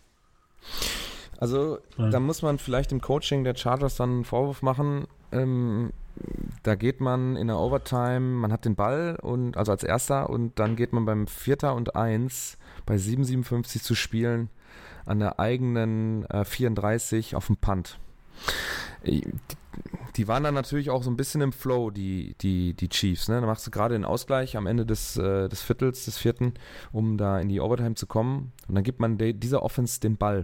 S4: also
S2: Ja.
S4: da muss man vielleicht im Coaching der Chargers dann einen Vorwurf machen. Ähm, da geht man in der Overtime, man hat den Ball und also als Erster und dann geht man beim Vierter und Eins bei sieben siebenundfünfzig zu spielen an der eigenen äh, vierunddreißig auf dem Punt. Die, die waren dann natürlich auch so ein bisschen im Flow, die, die, die Chiefs. Ne? Da machst du gerade den Ausgleich am Ende des, äh, des Viertels, des Vierten, um da in die Overtime zu kommen. Und dann gibt man de, dieser Offense den Ball.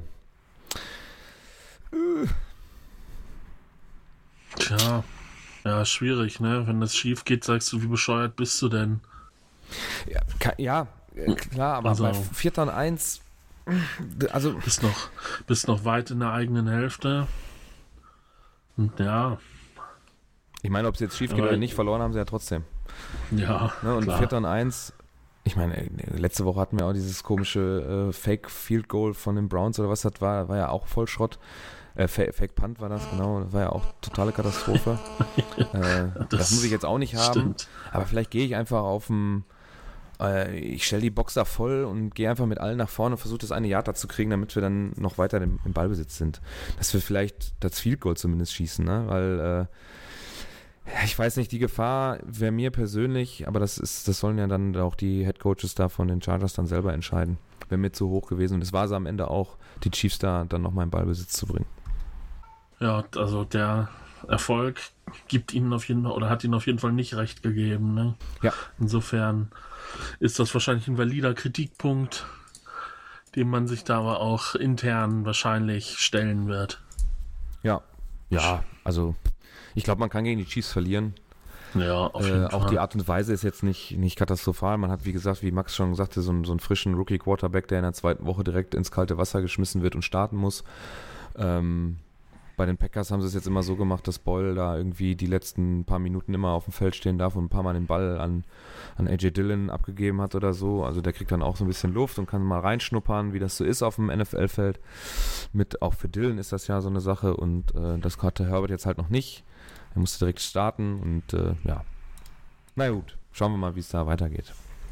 S2: Tja, ja, schwierig, ne? Wenn das schief geht, sagst du, wie bescheuert bist du denn?
S4: Ja, ka- ja äh, klar, aber
S2: Also-
S4: bei Vierter und Eins, also
S2: Bist noch, bist noch weit in der eigenen Hälfte. Und ja,
S4: ich meine, ob es jetzt schief geht
S2: Aber-
S4: oder nicht, verloren haben sie ja trotzdem.
S2: ja,
S4: Ne? Und
S2: klar.
S4: Vierter und Eins, ich meine, äh, letzte Woche hatten wir auch dieses komische äh, Fake Field Goal von den Browns oder was das war, war ja auch voll Schrott. Äh, Fa- Fake Punt war das, genau, das war ja auch totale Katastrophe. äh, das,
S2: Das
S4: muss ich jetzt auch nicht haben.
S2: Stimmt.
S4: Aber vielleicht gehe ich einfach auf ein, äh, ich stelle die Box da voll und gehe einfach mit allen nach vorne und versuche das eine Yard da zu kriegen, damit wir dann noch weiter im, im Ballbesitz sind. Dass wir vielleicht das Field Goal zumindest schießen, ne? Weil äh, ich weiß nicht, die Gefahr wäre mir persönlich, aber das ist, das sollen ja dann auch die Headcoaches da von den Chargers dann selber entscheiden. Wäre mir zu hoch gewesen und es war es am Ende auch, die Chiefs da dann nochmal in Ballbesitz zu bringen.
S2: Ja, also der Erfolg gibt ihnen auf jeden Fall oder hat ihnen auf jeden Fall nicht recht gegeben. Ne?
S4: Ja.
S2: Insofern ist das wahrscheinlich ein valider Kritikpunkt, dem man sich da aber auch intern wahrscheinlich stellen wird.
S4: Ja, ja, also ich glaube, man kann gegen die Chiefs verlieren.
S2: Ja, auf jeden
S4: äh,
S2: Fall.
S4: Auch die Art und Weise ist jetzt nicht, nicht katastrophal. Man hat, wie gesagt, wie Max schon sagte, so einen, so einen frischen Rookie-Quarterback, der in der zweiten Woche direkt ins kalte Wasser geschmissen wird und starten muss. Ähm, bei den Packers haben sie es jetzt immer so gemacht, dass Boyle da irgendwie die letzten paar Minuten immer auf dem Feld stehen darf und ein paar Mal den Ball an, an A J Dillon abgegeben hat oder so. Also der kriegt dann auch so ein bisschen Luft und kann mal reinschnuppern, wie das so ist auf dem N F L-Feld. Mit, auch für Dillon ist das ja so eine Sache und äh, das hatte Herbert jetzt halt noch nicht. Er musste direkt starten und äh, ja. Na gut, schauen wir mal, wie es da weitergeht.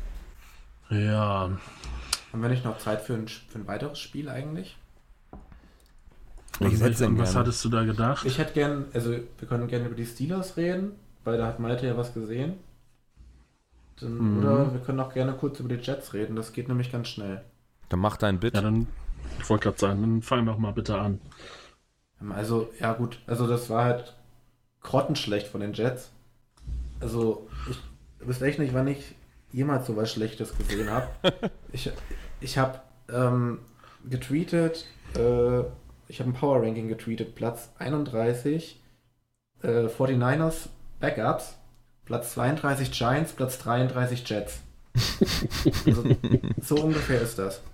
S2: Ja.
S3: Haben wir nicht noch Zeit für ein, für ein weiteres Spiel eigentlich?
S2: Und
S4: Ich
S2: welch, an was
S4: gerne.
S2: hattest du da gedacht?
S3: Ich hätte gern, also wir können gerne über die Steelers reden, weil da hat Malte ja was gesehen. Dann,
S2: Mhm.
S3: Oder wir können auch gerne kurz über die Jets reden, das geht nämlich ganz schnell.
S4: Dann mach dein Bit.
S2: Ja, dann, ich wollte gerade sagen, dann fang doch mal bitte an.
S3: Also, ja gut, also das war halt grottenschlecht von den Jets. Also, ich wüsste echt nicht, wann ich jemals so was Schlechtes gesehen habe. ich ich habe ähm, getweetet, äh, ich habe ein Power Ranking getweetet, Platz einunddreißig, äh, forty-niners Backups, Platz zweiunddreißig Giants, Platz dreiunddreißig Jets. Also, so ungefähr ist das.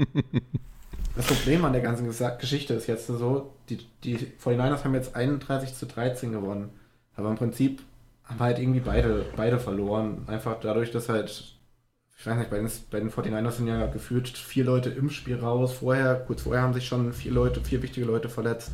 S3: Das Problem an der ganzen Gesa- Geschichte ist jetzt so, die, die forty-niners haben jetzt einunddreißig zu dreizehn gewonnen. Aber im Prinzip haben halt irgendwie beide, beide verloren. Einfach dadurch, dass halt, ich weiß nicht, bei den, bei den forty-niners sind ja gefühlt vier Leute im Spiel raus. Vorher, kurz vorher haben sich schon vier Leute, vier wichtige Leute verletzt.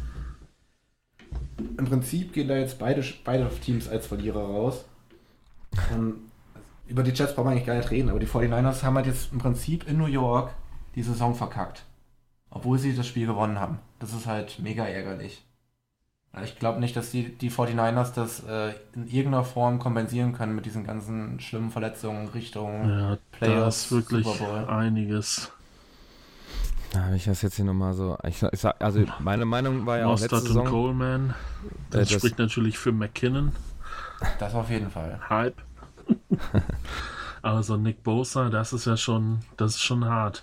S3: Im Prinzip gehen da jetzt beide, beide Teams als Verlierer raus. Und über die Jets brauchen wir eigentlich gar nicht reden, aber die forty-niners haben halt jetzt im Prinzip in New York die Saison verkackt. Obwohl sie das Spiel gewonnen haben. Das ist halt mega ärgerlich. Ich glaube nicht, dass die, die forty-niners das äh, in irgendeiner Form kompensieren können mit diesen ganzen schlimmen Verletzungen Richtung
S2: Ja, da
S3: Playoffs,
S2: ist wirklich
S3: Super Bowl.
S2: einiges.
S4: Ja, wenn ich das jetzt hier nochmal so. Ich, ich sag, also meine Meinung war ja auch letzte
S2: Mostert und
S4: Saison.
S2: Coleman. Das,
S4: Äh, das-
S2: spricht natürlich für McKinnon.
S3: Das auf jeden Fall.
S2: Hype. Aber so Nick Bosa, das ist ja schon, das ist schon hart.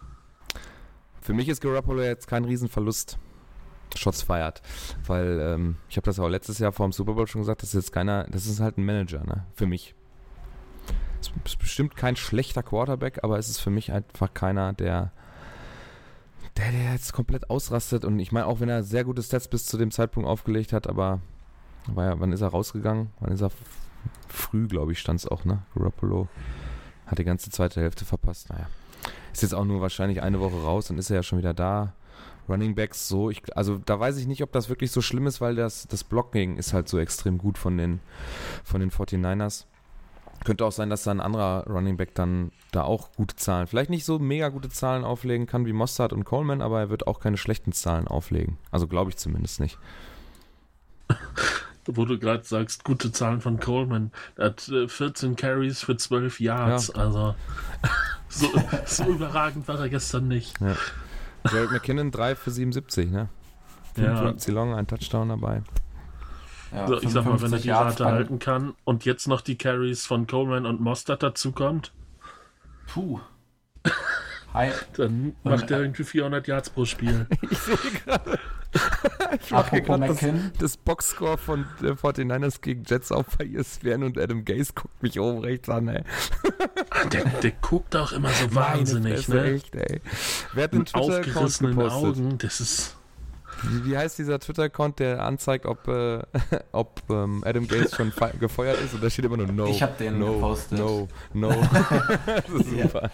S4: Für mich ist Garoppolo jetzt kein Riesenverlust. Shots feiert. Weil, ähm, ich habe das auch letztes Jahr vor dem Super Bowl schon gesagt, das ist jetzt keiner, das ist halt ein Manager, ne? Für mich. Es ist bestimmt kein schlechter Quarterback, aber es ist für mich einfach keiner, der, der, der jetzt komplett ausrastet. Und ich meine, auch wenn er sehr gute Stats bis zu dem Zeitpunkt aufgelegt hat, aber war ja, wann ist er rausgegangen? Wann ist er f- früh, glaube ich, stand es auch, ne? Garoppolo hat die ganze zweite Hälfte verpasst. Naja. Ist jetzt auch nur wahrscheinlich eine Woche raus, dann ist er ja schon wieder da. Running Backs so, ich, also da weiß ich nicht, ob das wirklich so schlimm ist, weil das, das Blocking ist halt so extrem gut von den, von den forty-niners. Könnte auch sein, dass da ein anderer Running Back dann da auch gute Zahlen, vielleicht nicht so mega gute Zahlen auflegen kann wie Mostert und Coleman, aber er wird auch keine schlechten Zahlen auflegen. Also glaube ich zumindest nicht.
S2: Wo du gerade sagst, gute Zahlen von Coleman. Er hat äh, vierzehn Carries für zwölf Yards.
S4: Ja.
S2: Also so, so überragend war er gestern nicht.
S4: Ja. Jared McKinnon drei für siebenundsiebzig, ne? fünfundfünfzig Long, ein Touchdown dabei.
S3: Ja,
S2: So, ich sag mal, wenn er die
S3: Yards
S2: Rate
S3: beim-
S2: halten kann und jetzt noch die Carries von Coleman und Mostert dazukommt,
S3: Puh. Hype.
S2: dann
S3: Und-
S2: macht er irgendwie vierhundert Yards pro Spiel.
S4: Ich sehe gerade. Ich mache hier
S3: Apropos
S4: gerade das,
S3: McKinnon.
S4: das Boxscore von äh, forty-niners gegen Jets auf bei E S P N und Adam Gase guckt mich oben rechts an, ey.
S2: Der, der guckt auch immer so
S4: Meine
S2: wahnsinnig,
S4: Fresse,
S2: ne?
S4: echt, ey. Wer hat den
S2: Mit
S4: Twitter-Account
S2: aufgerissenen
S4: gepostet?
S2: Augen, das ist...
S4: Wie, wie heißt dieser Twitter-Account, der anzeigt, ob, äh, ob ähm, Adam Gase schon fe- gefeuert ist? Und da steht immer nur No.
S3: Ich hab den
S4: no,
S3: gepostet.
S4: No, no. Das ist
S3: Ja.
S4: super.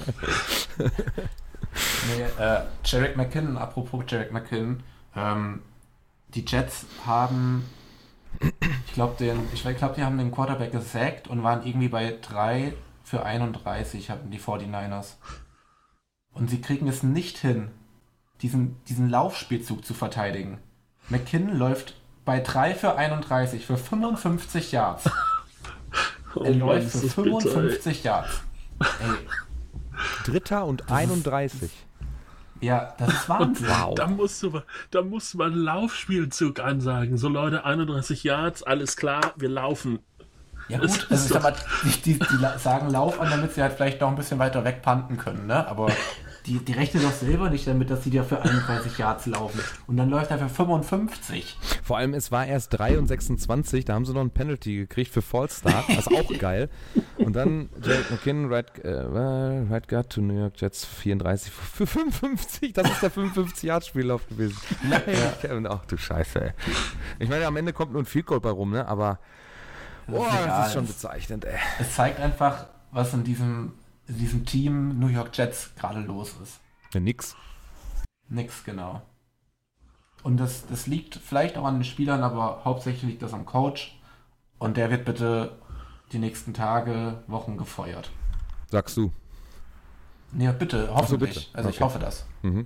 S3: Nee, äh, Jerick McKinnon, apropos Jerick McKinnon, ähm, die Jets haben, ich glaube, den, ich glaube, die haben den Quarterback gesackt und waren irgendwie bei drei für einunddreißig hatten die forty-niners. Und sie kriegen es nicht hin, diesen, diesen Laufspielzug zu verteidigen. McKinnon läuft bei drei für einunddreißig für fünfundfünfzig Yards.
S2: Oh
S3: er
S2: Mann,
S3: läuft
S2: ist
S3: für
S2: das bitter,
S3: fünfundfünfzig Yards. Ey,
S4: Dritter und einunddreißig.
S3: ja, das ist Wahnsinn.
S4: Wow.
S2: Da musst du, da musst du mal einen Laufspielzug ansagen. So Leute, einunddreißig Yards, alles klar, wir laufen.
S3: Ja
S2: Das
S3: gut,
S2: ist
S3: also ich sag
S2: doch-
S3: mal, die, die, die la- sagen Lauf an, damit sie halt vielleicht noch ein bisschen weiter weg panten können, ne? Aber die, die rechnen doch selber nicht damit, dass sie dir für einunddreißig Yards laufen. Und dann läuft er für fünfundfünfzig.
S4: Vor allem, es war erst drei und sechsundzwanzig, da haben sie noch ein Penalty gekriegt für Fallstart, das ist auch geil. Und dann Jake McKinnon, Right, äh, right Guard to New York Jets vierunddreißig für fünfundfünfzig, das ist der fünfundfünfzig-Yard-Spiellauf gewesen. Nein, Kevin, ach du Scheiße, ey. Ich meine, am Ende kommt nur ein Field Goal bei rum, ne, aber
S3: Das
S4: oh,
S3: ist
S4: das
S3: egal.
S4: ist schon bezeichnend, ey.
S3: Es zeigt einfach, was in diesem, in diesem Team New York Jets gerade los ist.
S4: Ja, nix.
S3: Nix, genau. Und das, das liegt vielleicht auch an den Spielern, aber hauptsächlich liegt das am Coach. Und der wird bitte die nächsten Tage, Wochen gefeuert.
S4: Sagst du.
S3: Nee, bitte,
S4: so,
S3: hoffentlich.
S4: bitte.
S3: Also ich
S4: Okay.
S3: hoffe das.
S4: Mhm.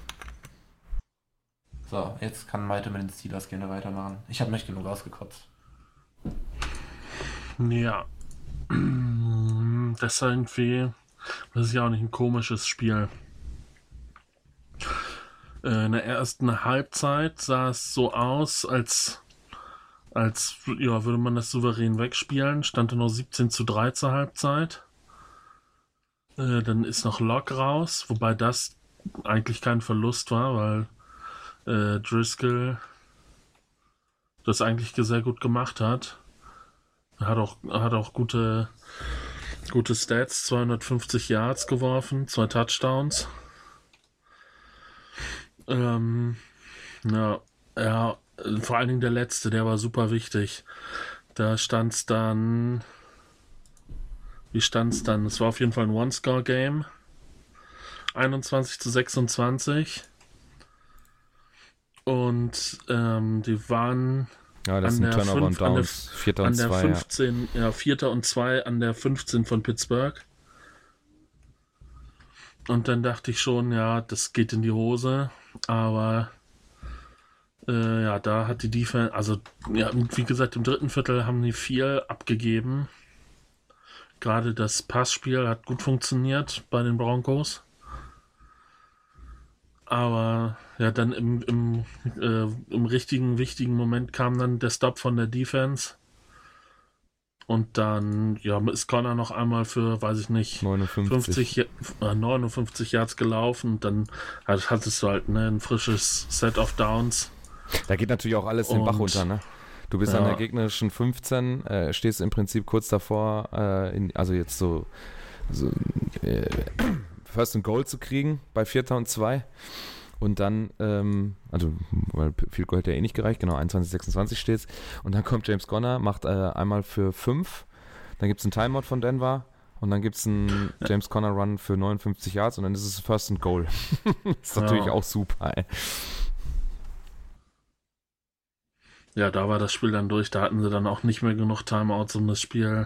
S3: So, jetzt kann Malte mit den Steelers gerne weitermachen. Ich habe mich genug ausgekotzt.
S2: Ja. Das ist irgendwie, das ist ja auch nicht ein komisches Spiel. Äh, In der ersten Halbzeit sah es so aus, als, als ja, würde man das souverän wegspielen. Stand noch siebzehn zu drei zur Halbzeit. Äh, Dann ist noch Lock raus, wobei das eigentlich kein Verlust war, weil äh, Driscoll das eigentlich sehr gut gemacht hat. Er hat auch, hat auch gute, gute Stats, zweihundertfünfzig Yards geworfen, zwei Touchdowns. Ähm, ja, ja, vor allen Dingen der letzte, der war super wichtig. Da stand es dann, wie stand es dann? Es war auf jeden Fall ein One-Score-Game. einundzwanzig zu sechsundzwanzig. Und ähm, die waren
S4: Ja, das
S2: An
S4: ist ein
S2: der
S4: Turnover
S2: fünf-
S4: und
S2: an der-
S4: Downs. Vierter
S2: an
S4: und
S2: der
S4: zwei, ja.
S2: fünfzehn, ja, Vierter und zwei an der fünfzehn von Pittsburgh. Und dann dachte ich schon, ja, das geht in die Hose. Aber äh, ja, da hat die Defense, also ja, wie gesagt, im dritten Viertel haben die viel abgegeben. Gerade das Passspiel hat gut funktioniert bei den Broncos. Aber ja, dann im, im, äh, im richtigen, wichtigen Moment kam dann der Stop von der Defense. Und dann ja, ist Connor noch einmal für, weiß ich nicht,
S4: neunundfünfzig.
S2: fünfzig, äh, neunundfünfzig Yards gelaufen. Und dann hat, hattest du halt ne, ein frisches Set of Downs.
S4: Da geht natürlich auch alles den Bach
S2: Und-
S4: runter, ne? Du bist
S2: Ja.
S4: an der gegnerischen fünfzehn, äh, stehst im Prinzip kurz davor, äh, in, also jetzt so, so äh, First and Goal zu kriegen bei Vierter und zwei. Und dann, ähm, also, weil viel Goal hätte ja eh nicht gereicht, genau, einundzwanzig sechsundzwanzig steht's. Und dann kommt James Conner, macht äh, einmal für fünf, dann gibt es einen Timeout von Denver und dann gibt es einen James Conner Run für neunundfünfzig Yards und dann ist es First and Goal. ist natürlich
S2: Ja.
S4: auch super, ey.
S2: Ja, da war das Spiel dann durch. Da hatten sie dann auch nicht mehr genug Timeouts, um das Spiel,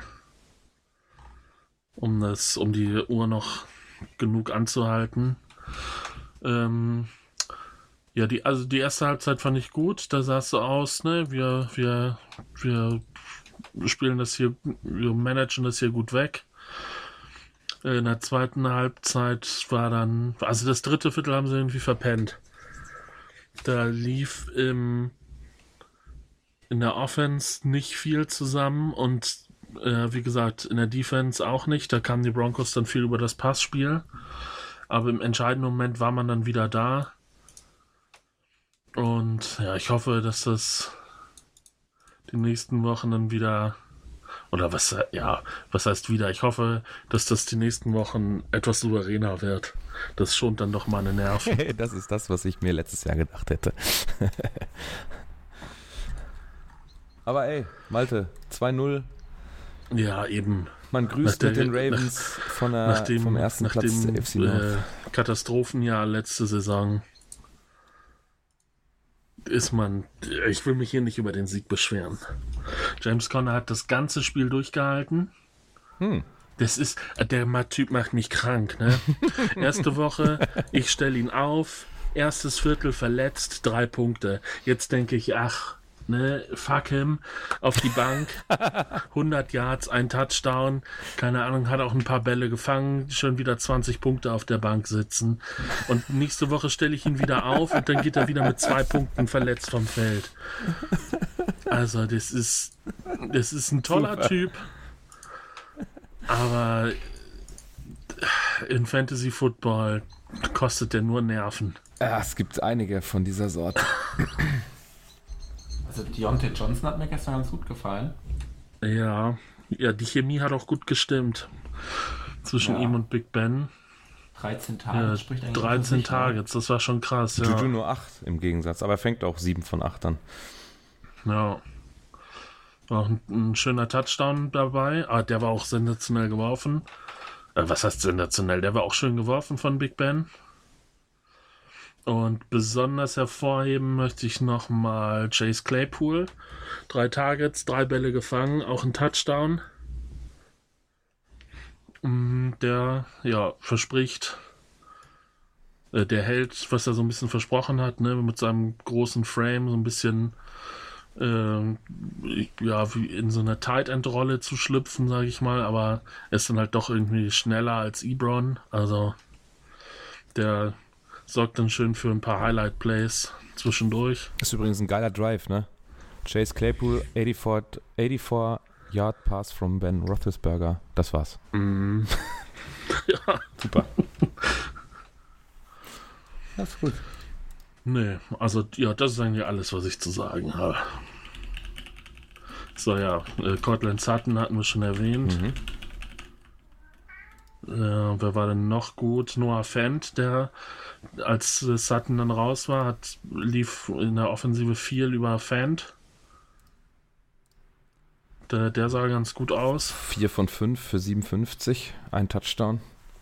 S2: um das, um die Uhr noch genug anzuhalten. Ähm, ja, die, also die erste Halbzeit fand ich gut. Da sah es so aus, ne? Wir, wir, wir spielen das hier, wir managen das hier gut weg. In der zweiten Halbzeit war dann, also das dritte Viertel haben sie irgendwie verpennt. Da lief im in der Offense nicht viel zusammen und äh, wie gesagt, in der Defense auch nicht. Da kamen die Broncos dann viel über das Passspiel. Aber im entscheidenden Moment war man dann wieder da. Und ja, ich hoffe, dass das die nächsten Wochen dann wieder, oder was, ja, was heißt wieder? Ich hoffe, dass das die nächsten Wochen etwas souveräner wird. Das schont dann doch meine Nerven.
S4: Das ist das, was ich mir letztes Jahr gedacht hätte. Aber ey, Malte, zwei null.
S2: Ja, eben.
S4: Man grüßt
S2: Nach
S4: mit
S2: der-
S4: den Ravens von der,
S2: Nach dem,
S4: vom ersten
S2: nach
S4: Platz
S2: dem
S4: der F C North.
S2: äh, Katastrophenjahr letzte Saison ist man, ich will mich hier nicht über den Sieg beschweren. James Conner hat das ganze Spiel durchgehalten.
S4: Hm.
S2: Das ist, der Typ macht mich krank, ne? Erste Woche, ich stelle ihn auf, erstes Viertel verletzt, drei Punkte. Jetzt denke ich, ach, ne, fuck him, auf die Bank, hundert Yards, ein Touchdown, keine Ahnung, hat auch ein paar Bälle gefangen, schon wieder zwanzig Punkte auf der Bank sitzen. Und nächste Woche stelle ich ihn wieder auf und dann geht er wieder mit zwei Punkten verletzt vom Feld. Also, das ist, das ist ein toller Super. Typ. Aber in Fantasy Football kostet der nur Nerven.
S4: Ja, es gibt einige von dieser Sorte.
S3: Also Deontay Johnson hat mir gestern ganz gut gefallen.
S2: Ja, ja, die Chemie hat auch gut gestimmt zwischen ja. ihm und Big Ben.
S3: dreizehn Tage
S2: ja,
S3: spricht eigentlich
S2: dreizehn Tage, das war schon krass. Ja.
S4: Juju nur acht im Gegensatz, aber er fängt auch sieben von acht an.
S2: Ja. Auch ein, ein schöner Touchdown dabei. Ah, der war auch sensationell geworfen. Äh, was heißt sensationell? Der war auch schön geworfen von Big Ben. Und besonders hervorheben möchte ich nochmal Chase Claypool. Drei Targets, drei Bälle gefangen, auch ein Touchdown. Der, ja, verspricht, äh, der hält, was er so ein bisschen versprochen hat, ne, mit seinem großen Frame, so ein bisschen Äh, ja, wie in so einer Tight End Rolle zu schlüpfen, sage ich mal, aber er ist dann halt doch irgendwie schneller als Ebron, also der sorgt dann schön für ein paar Highlight Plays zwischendurch.
S4: Ist übrigens ein geiler Drive, ne? Chase Claypool, vierundachtzig Yard Pass from Ben Roethlisberger, das war's.
S2: Mm. Ja.
S4: Super. Das ist gut.
S2: Nee, also ja, das ist eigentlich alles, was ich zu sagen habe. So, ja, äh, Cortland Sutton hatten wir schon erwähnt.
S4: Mhm.
S2: Äh, wer war denn noch gut? Noah Fant, der als äh, Sutton dann raus war, hat, lief in der Offensive viel über Fant. Der, der sah ganz gut aus.
S4: vier von fünf für siebenundfünfzig, ein Touchdown.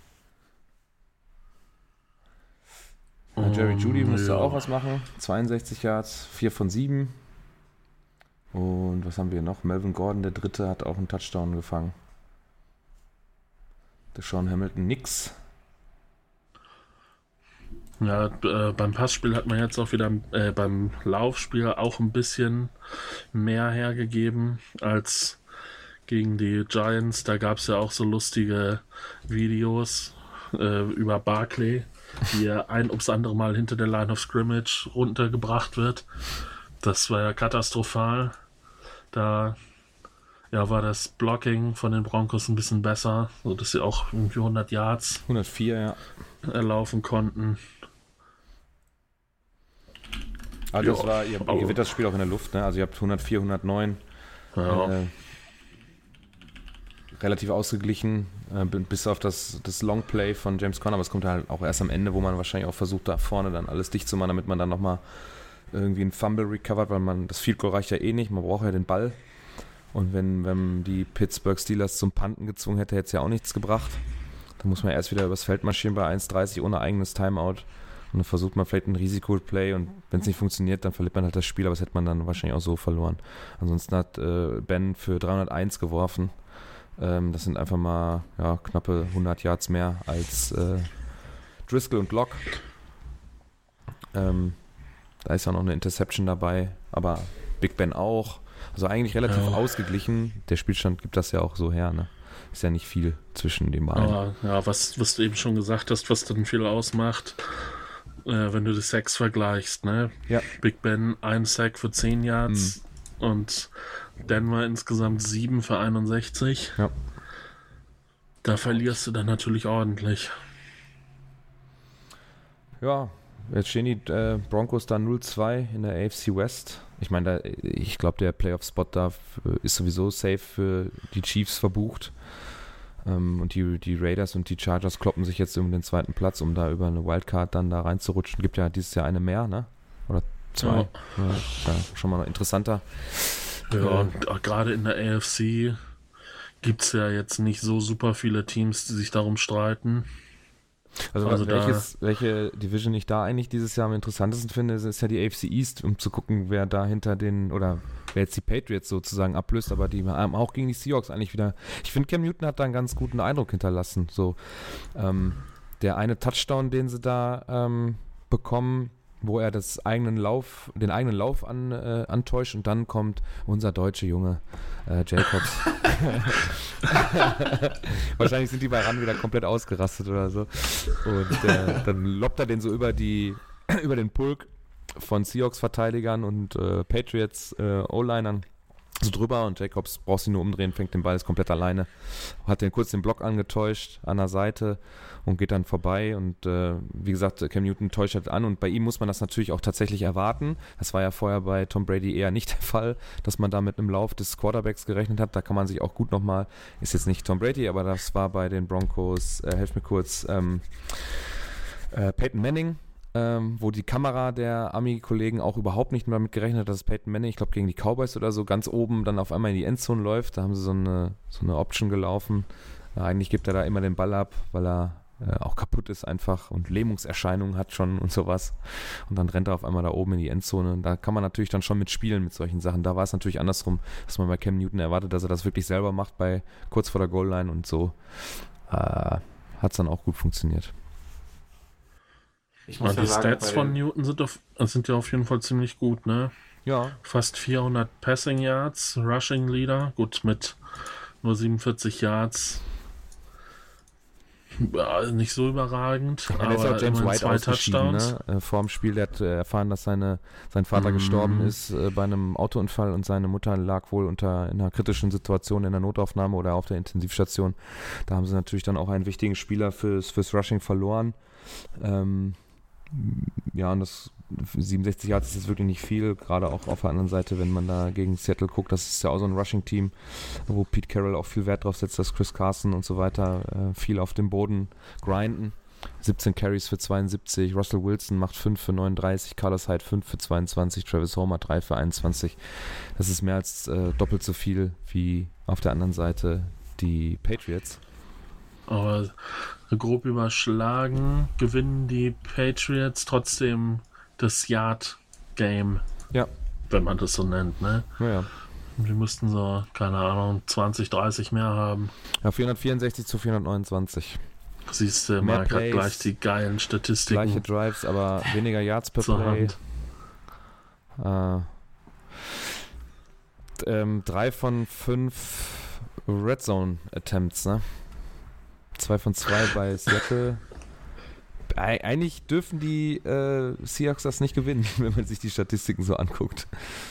S4: Um, Jerry Jeudy musste ja. auch was machen. zweiundsechzig Yards, vier von sieben. Und was haben wir noch? Melvin Gordon, der Dritte, hat auch einen Touchdown gefangen. Deshaun Hamilton nix.
S2: Ja, äh, beim Passspiel hat man jetzt auch wieder äh, beim Laufspiel auch ein bisschen mehr hergegeben als gegen die Giants. Da gab es ja auch so lustige Videos äh, über Barkley, wie er ein ums andere Mal hinter der Line of Scrimmage runtergebracht wird. Das war ja katastrophal. Da ja, war das Blocking von den Broncos ein bisschen besser, sodass sie auch irgendwie hundert Yards
S4: hundertvier, ja.
S2: erlaufen konnten.
S4: Also das war, ihr, ihr gewinnt das Spiel auch in der Luft, ne? Also ihr habt hundertvier, hundertneun.
S2: Ja.
S4: Äh, relativ ausgeglichen, äh, bis auf das, das Longplay von James Conner, aber es kommt halt auch erst am Ende, wo man wahrscheinlich auch versucht, da vorne dann alles dicht zu machen, damit man dann nochmal irgendwie einen Fumble recovert, weil man das Field Goal reicht ja eh nicht, man braucht ja den Ball. Und wenn, wenn die Pittsburgh Steelers zum Punten gezwungen hätte, hätte es ja auch nichts gebracht. Dann muss man erst wieder übers Feld marschieren bei eins dreißig ohne eigenes Timeout. Und dann versucht man vielleicht ein Risikoplay und wenn es nicht funktioniert, dann verliert man halt das Spiel, aber das hätte man dann wahrscheinlich auch so verloren. Ansonsten hat äh, Ben für dreihunderteins geworfen. Ähm, das sind einfach mal ja, knappe hundert Yards mehr als äh, Driscoll und Locke. Ähm, da ist ja noch eine Interception dabei, aber Big Ben auch. Also eigentlich relativ ja. ausgeglichen. Der Spielstand gibt das ja auch so her, ne? Ist ja nicht viel zwischen den beiden.
S2: Aber, ja, was, was du eben schon gesagt hast, was dann viel ausmacht, äh, wenn du die Sacks vergleichst, ne?
S4: Ja.
S2: Big Ben, ein Sack für zehn Yards mhm. und Denver insgesamt sieben für einundsechzig.
S4: Ja.
S2: Da verlierst du dann natürlich ordentlich.
S4: Ja, jetzt stehen die äh, Broncos da null zwei in der A F C West. Ich meine, da, ich glaube, der Playoff-Spot da ist sowieso safe für die Chiefs verbucht. Ähm, und die, die Raiders und die Chargers kloppen sich jetzt um den zweiten Platz, um da über eine Wildcard dann da reinzurutschen. Gibt ja dieses Jahr eine mehr, ne? Oder zwei. Ja. Ja, ja, schon mal noch interessanter.
S2: Ja, äh, gerade in der A F C gibt es ja jetzt nicht so super viele Teams, die sich darum streiten.
S4: Also,
S2: Also da-
S4: welches, welche Division ich da eigentlich dieses Jahr am interessantesten finde, ist ja die A F C East, um zu gucken, wer da hinter den, oder wer jetzt die Patriots sozusagen ablöst, aber die haben auch gegen die Seahawks eigentlich wieder, ich finde, Cam Newton hat da einen ganz guten Eindruck hinterlassen. So, ähm, der eine Touchdown, den sie da ähm, bekommen, wo er das eigenen Lauf, den eigenen Lauf an, äh, antäuscht und dann kommt unser deutscher Junge äh, Jacobs. Wahrscheinlich sind die bei Ran wieder komplett ausgerastet oder so. Und äh, dann lobt er den so über die über den Pulk von Seahawks-Verteidigern und äh, Patriots äh, O-Linern so drüber und Jacobs braucht sich nur umdrehen, fängt den Ball, ist komplett alleine. Hat den kurz den Block angetäuscht an der Seite und geht dann vorbei und äh, wie gesagt, Cam Newton täuscht halt an und bei ihm muss man das natürlich auch tatsächlich erwarten. Das war ja vorher bei Tom Brady eher nicht der Fall, dass man da mit einem Lauf des Quarterbacks gerechnet hat. Da kann man sich auch gut nochmal, ist jetzt nicht Tom Brady, aber das war bei den Broncos, äh, helft mir kurz, ähm, äh, Peyton Manning, Ähm, wo die Kamera der Ami-Kollegen auch überhaupt nicht mehr damit gerechnet hat, dass Peyton Manning, ich glaube gegen die Cowboys oder so, ganz oben dann auf einmal in die Endzone läuft. Da haben sie so eine, so eine Option gelaufen. Ja, eigentlich gibt er da immer den Ball ab, weil er äh, auch kaputt ist einfach und Lähmungserscheinungen hat schon und sowas. Und dann rennt er auf einmal da oben in die Endzone. Da kann man natürlich dann schon mitspielen mit solchen Sachen. Da war es natürlich andersrum, dass man bei Cam Newton erwartet, dass er das wirklich selber macht, bei kurz vor der Goal-Line und so. Äh, hat es dann auch gut funktioniert.
S3: Ich muss
S2: Und
S3: ja
S2: die
S3: sagen,
S2: Stats
S3: bei
S2: von
S3: den-
S2: Newton sind, auf, sind ja auf jeden Fall ziemlich gut, ne?
S4: Ja,
S2: Fast vierhundert Passing Yards, Rushing Leader, gut mit nur siebenundvierzig Yards. Ja, nicht so überragend,
S4: Ja, der ist ja
S2: aber
S4: auch James
S2: immerhin
S4: White
S2: zwei
S4: ausgeschieden,
S2: Touchdowns.
S4: ne? Äh, vor dem Spiel, der hat äh, erfahren, dass seine, sein Vater
S2: Mhm.
S4: gestorben ist äh, bei einem Autounfall und seine Mutter lag wohl unter in einer kritischen Situation in der Notaufnahme oder auf der Intensivstation. Da haben sie natürlich dann auch einen wichtigen Spieler fürs, fürs Rushing verloren. Ähm, ja, und das siebenundsechzig Yards ist jetzt wirklich nicht viel, gerade auch auf der anderen Seite, wenn man da gegen Seattle guckt, das ist ja auch so ein Rushing-Team, wo Pete Carroll auch viel Wert drauf setzt, dass Chris Carson und so weiter äh, viel auf dem Boden grinden. siebzehn Carries für zweiundsiebzig, Russell Wilson macht fünf für neununddreißig, Carlos Hyde fünf für zweiundzwanzig, Travis Homer drei für einundzwanzig. Das ist mehr als äh, doppelt so viel wie auf der anderen Seite die Patriots.
S2: Aber grob überschlagen gewinnen die Patriots trotzdem das Yard-Game,
S4: Ja.
S2: wenn man das so nennt, ne?
S4: Naja.
S2: Die müssten so, keine Ahnung, zwanzig, dreißig mehr haben.
S4: Ja, vierhundertvierundsechzig zu vierhundertneunundzwanzig.
S2: Siehst du,
S4: Mehr
S2: Marc hat
S4: Plays,
S2: gleich die geilen Statistiken
S4: Gleiche Drives, aber weniger Yards per
S2: zur
S4: Play.
S2: Hand.
S4: Äh, ähm, drei von fünf Red Zone Attempts, ne? Zwei von zwei bei Seattle. Eig- Eigentlich dürfen die äh, Seahawks das nicht gewinnen, wenn man sich die Statistiken so anguckt.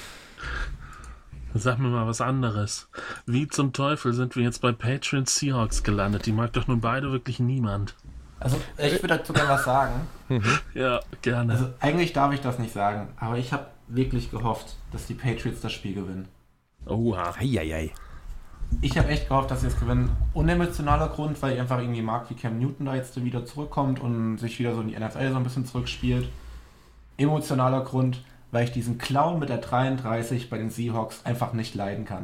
S2: Sag mir mal was anderes. Wie zum Teufel sind wir jetzt bei Patriots Seahawks gelandet? Die mag doch nun beide wirklich niemand.
S3: Also ich würde dazu gerne was sagen.
S2: Ja, gerne.
S3: Also eigentlich darf ich das nicht sagen, aber ich habe wirklich gehofft, dass die Patriots das Spiel gewinnen.
S2: Oha.
S4: Eieiei.
S3: Ich habe echt gehofft, dass sie es gewinnen. Unemotionaler Grund, weil ich einfach irgendwie mag, wie Cam Newton da jetzt wieder zurückkommt und sich wieder so in die N F L so ein bisschen zurückspielt. Emotionaler Grund, weil ich diesen Clown mit der dreiunddreißig bei den Seahawks einfach nicht leiden kann.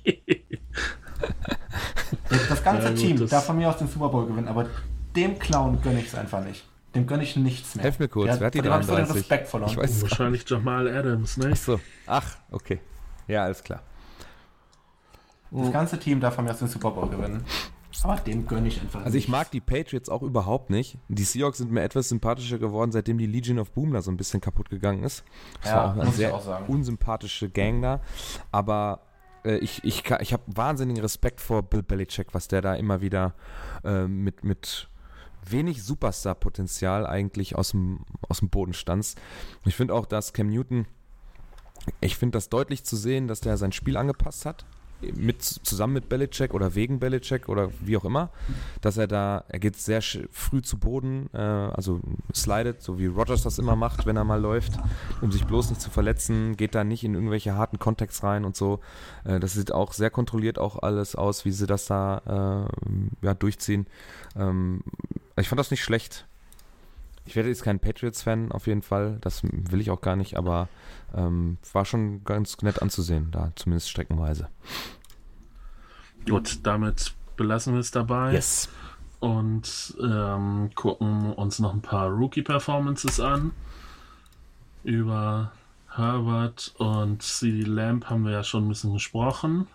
S3: Das ganze
S2: Ja, gut,
S3: Team
S2: das-
S3: darf von mir aus den Super Bowl gewinnen, aber dem Clown gönne ich es einfach nicht. Dem gönne ich nichts mehr.
S4: Helf mir kurz,
S3: Der-
S4: wer hat die
S3: vor dem hab ich so den
S4: dreiunddreißig?
S3: Respekt verloren.
S4: Ich weiß es gar nicht.
S2: Wahrscheinlich Jamal Adams, ne?
S4: Achso. Ach, okay. Ja, alles klar.
S3: Das ganze Team darf von mir aus den Super Bowl gewinnen. Aber dem gönne ich einfach
S4: Also ich
S3: nichts.
S4: mag die Patriots auch überhaupt nicht. Die Seahawks sind mir etwas sympathischer geworden, seitdem die Legion of Boom da so ein bisschen kaputt gegangen ist. Das
S3: Ja,
S4: war auch eine
S3: muss ich
S4: sehr
S3: auch sagen.
S4: unsympathische Gang da. Aber äh, ich, ich, ka- ich habe wahnsinnigen Respekt vor Bill Belichick, was der da immer wieder äh, mit, mit wenig Superstar-Potenzial eigentlich aus dem, aus dem Boden stanzt. Ich finde auch, dass Cam Newton, ich finde das deutlich zu sehen, dass der sein Spiel angepasst hat. Mit, zusammen mit Belichick oder wegen Belichick oder wie auch immer, dass er da, er geht sehr sch- früh zu Boden, äh, also slidet, so wie Rodgers das immer macht, wenn er mal läuft, um sich bloß nicht zu verletzen, geht da nicht in irgendwelche harten Contacts rein und so. Äh, das sieht auch sehr kontrolliert auch alles aus, wie sie das da äh, ja, durchziehen. Ähm, ich fand das nicht schlecht. Ich werde jetzt kein Patriots-Fan auf jeden Fall, das will ich auch gar nicht, aber ähm, war schon ganz nett anzusehen, da zumindest streckenweise.
S2: Gut, damit belassen wir es dabei.
S4: Yes.
S2: und ähm, gucken uns noch ein paar Rookie-Performances an. Über Herbert und CeeDee Lamb haben wir ja schon ein bisschen gesprochen.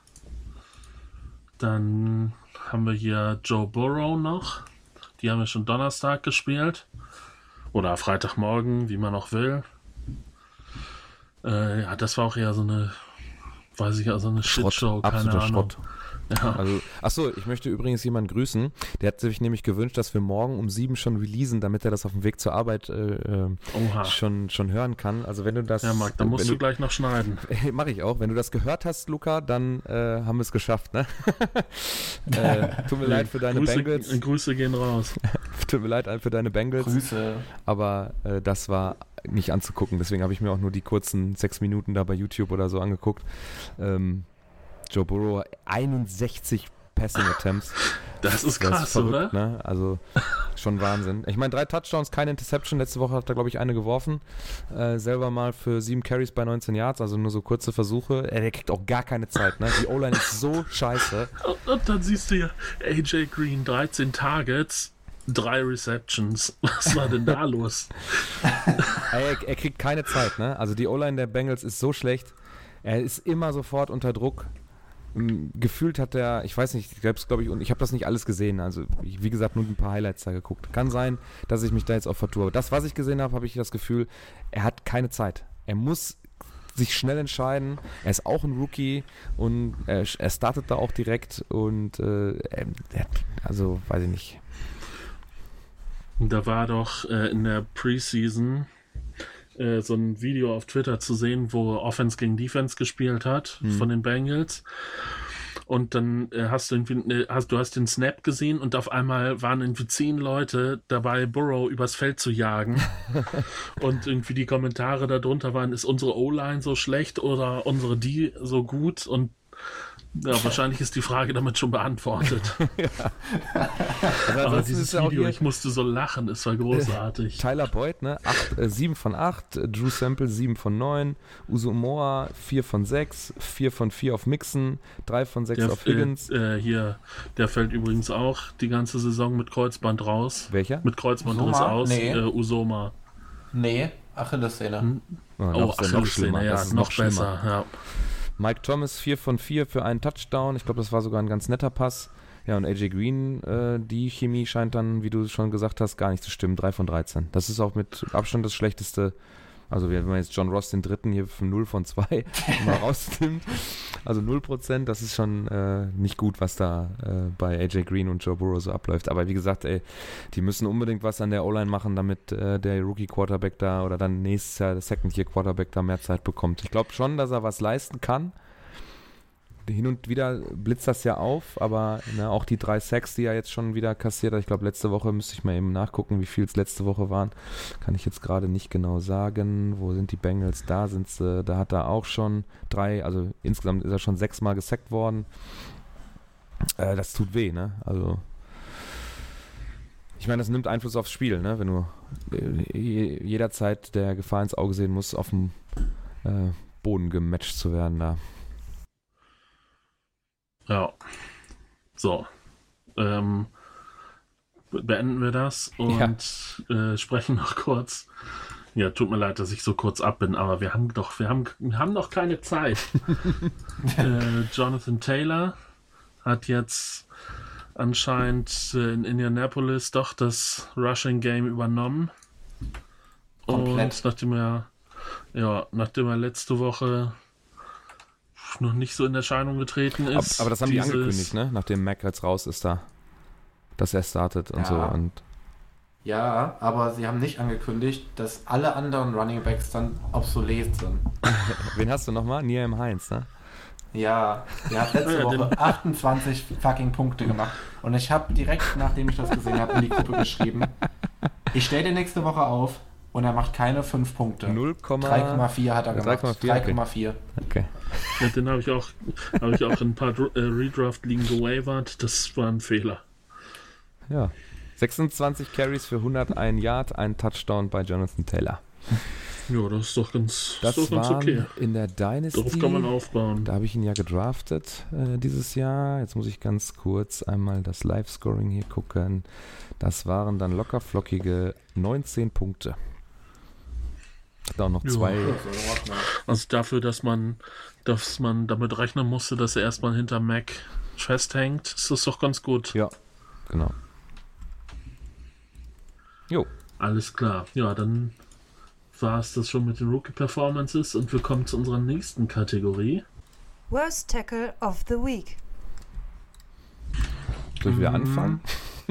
S2: Dann haben wir hier Joe Burrow noch. Die haben wir schon Donnerstag gespielt. Oder Freitagmorgen, wie man auch will. Äh, ja, das war auch eher so eine, weiß ich, also eine
S4: Schrott,
S2: Shitshow, keine
S4: absoluter
S2: Ahnung.
S4: Schrott.
S2: Ja.
S4: Also, achso, ich möchte übrigens jemanden grüßen. Der hat sich nämlich gewünscht, dass wir morgen um sieben schon releasen, damit er das auf dem Weg zur Arbeit äh,
S2: Oha.
S4: schon, schon hören kann. Also wenn du das...
S2: Ja, Marc, dann musst du, du gleich noch schneiden.
S4: Mach ich auch. Wenn du das gehört hast, Luca, dann äh, haben wir es geschafft, ne? äh, tut mir leid für deine
S2: Grüße,
S4: Bengals.
S2: Grüße gehen raus.
S4: Tut mir leid für deine Bengals.
S3: Grüße.
S4: Aber äh, das war nicht anzugucken. Deswegen habe ich mir auch nur die kurzen sechs Minuten da bei YouTube oder so angeguckt. Ähm, Joe Burrow, einundsechzig Passing Attempts.
S2: Das ist krass,
S4: das ist verrückt,
S2: oder?
S4: Ne? Also schon Wahnsinn. Ich meine, drei Touchdowns, keine Interception. Letzte Woche hat er, glaube ich, eine geworfen. Äh, selber mal für sieben Carries bei neunzehn Yards, also nur so kurze Versuche. Äh, der kriegt auch gar keine Zeit. Ne? Die O-Line ist so scheiße.
S2: Und, und dann siehst du ja A J Green, dreizehn Targets, drei Receptions. Was war denn da los?
S4: er, er kriegt keine Zeit. Ne? Also die O-Line der Bengals ist so schlecht. Er ist immer sofort unter Druck. Gefühlt hat er, ich weiß nicht, selbst glaube ich, und ich habe das nicht alles gesehen, also ich, wie gesagt, nur ein paar Highlights da geguckt. Kann sein, dass ich mich da jetzt auch vertue. Aber das, was ich gesehen habe, habe ich das Gefühl, er hat keine Zeit. Er muss sich schnell entscheiden. Er ist auch ein Rookie und er, er startet da auch direkt und äh, er, also weiß ich nicht.
S2: Da war doch äh, in der Preseason äh, so ein Video auf Twitter zu sehen, wo Offense gegen Defense gespielt hat hm. von den Bengals. Und dann äh, hast du irgendwie, äh, hast, du hast den Snap gesehen und auf einmal waren irgendwie zehn Leute dabei, Burrow übers Feld zu jagen. Und irgendwie die Kommentare darunter waren, ist unsere O-Line so schlecht oder unsere D so gut? Und ja, wahrscheinlich ist die Frage damit schon beantwortet. Ja. Aber, Aber dieses Video, ich musste so lachen, es war großartig.
S4: Tyler Boyd, ne? acht, äh, sieben von acht, Drew Sample sieben von neun, Uzomoa vier von sechs, vier von vier auf Mixon, drei von sechs
S2: der,
S4: auf Higgins.
S2: Äh, äh, hier, der fällt übrigens auch die ganze Saison mit Kreuzband raus.
S4: Welcher?
S2: Mit Kreuzbandriss aus,
S3: nee.
S2: äh, Uzoma.
S3: Nee, Achillessehne.
S2: Hm?
S4: Oh,
S2: oh Achillessehne, ja,
S4: das ist
S2: noch,
S4: noch schlimmer.
S2: besser, ja.
S4: Mike Thomas vier von vier für einen Touchdown. Ich glaube, das war sogar ein ganz netter Pass. Ja, und A J Green, äh, die Chemie scheint dann, wie du schon gesagt hast, gar nicht zu stimmen. drei von dreizehn. Das ist auch mit Abstand das schlechteste. Also wenn man jetzt John Ross den dritten hier von null von zwei mal rausnimmt, also null Prozent, das ist schon äh, nicht gut, was da äh, bei A J Green und Joe Burrow so abläuft. Aber wie gesagt, ey, die müssen unbedingt was an der O-Line machen, damit äh, der Rookie-Quarterback da oder dann nächstes Jahr der Second-Year-Quarterback da mehr Zeit bekommt. Ich glaube schon, dass er was leisten kann. Hin und wieder blitzt das ja auf, aber ne, auch die drei Sacks, die er jetzt schon wieder kassiert hat, ich glaube letzte Woche, müsste ich mal eben nachgucken, wie viel es letzte Woche waren, kann ich jetzt gerade nicht genau sagen. Wo sind die Bengals? Da sind sie, da hat er auch schon drei, also insgesamt ist er schon sechsmal gesackt worden. Äh, das tut weh, ne? Also ich meine, das nimmt Einfluss aufs Spiel, ne? Wenn du äh, jederzeit der Gefahr ins Auge sehen musst, auf dem äh, Boden gematcht zu werden da.
S2: Ja, so, ähm, beenden wir das und ja. äh, sprechen noch kurz. Ja, tut mir leid, dass ich so kurz ab bin, aber wir haben doch, wir haben, wir haben noch keine Zeit. äh, Jonathan Taylor hat jetzt anscheinend äh, in Indianapolis doch das Rushing Game übernommen.
S3: Komplett.
S2: Und nachdem er, ja, nachdem er letzte Woche noch nicht so in Erscheinung getreten ist.
S4: Aber, aber das haben
S2: dieses,
S4: die angekündigt, ne? Nachdem Mac jetzt raus ist da. Dass er startet und
S3: ja.
S4: so. Und
S3: ja, aber sie haben nicht angekündigt, dass alle anderen Running Backs dann obsolet sind.
S4: Wen hast du nochmal? Niam Heinz, ne?
S3: Ja, der hat letzte Woche achtundzwanzig fucking Punkte gemacht. Und ich habe direkt, nachdem ich das gesehen habe, in die Gruppe geschrieben, ich stelle dir nächste Woche auf und er macht keine fünf Punkte.
S4: null
S3: drei Komma vier hat er gemacht. drei Komma vier.
S4: Okay.
S2: Ja, den habe ich auch, habe ich auch in ein paar äh, Redraft-Ligen gewavert. Das war ein Fehler.
S4: Ja. sechsundzwanzig Carries für hunderteins Yard, ein Touchdown bei Jonathan Taylor.
S2: Ja, das ist doch ganz,
S4: Das
S2: ist doch ganz
S4: waren
S2: okay.
S4: in der Dynasty.
S2: Darauf kann man aufbauen.
S4: Da habe ich ihn ja gedraftet äh, dieses Jahr. Jetzt muss ich ganz kurz einmal das Live-Scoring hier gucken. Das waren dann locker flockige neunzehn Punkte. Da auch noch
S2: Ja.
S4: zwei.
S2: Also dafür, dass man, dass man damit rechnen musste, dass er erstmal hinter Mac festhängt, ist das doch ganz gut.
S4: Ja, genau. Jo.
S2: Alles klar. Ja, dann war es das schon mit den Rookie-Performances und wir kommen zu unserer nächsten Kategorie.
S5: Worst Tackle of the Week.
S4: Soll ich wieder
S2: Mhm.
S4: anfangen?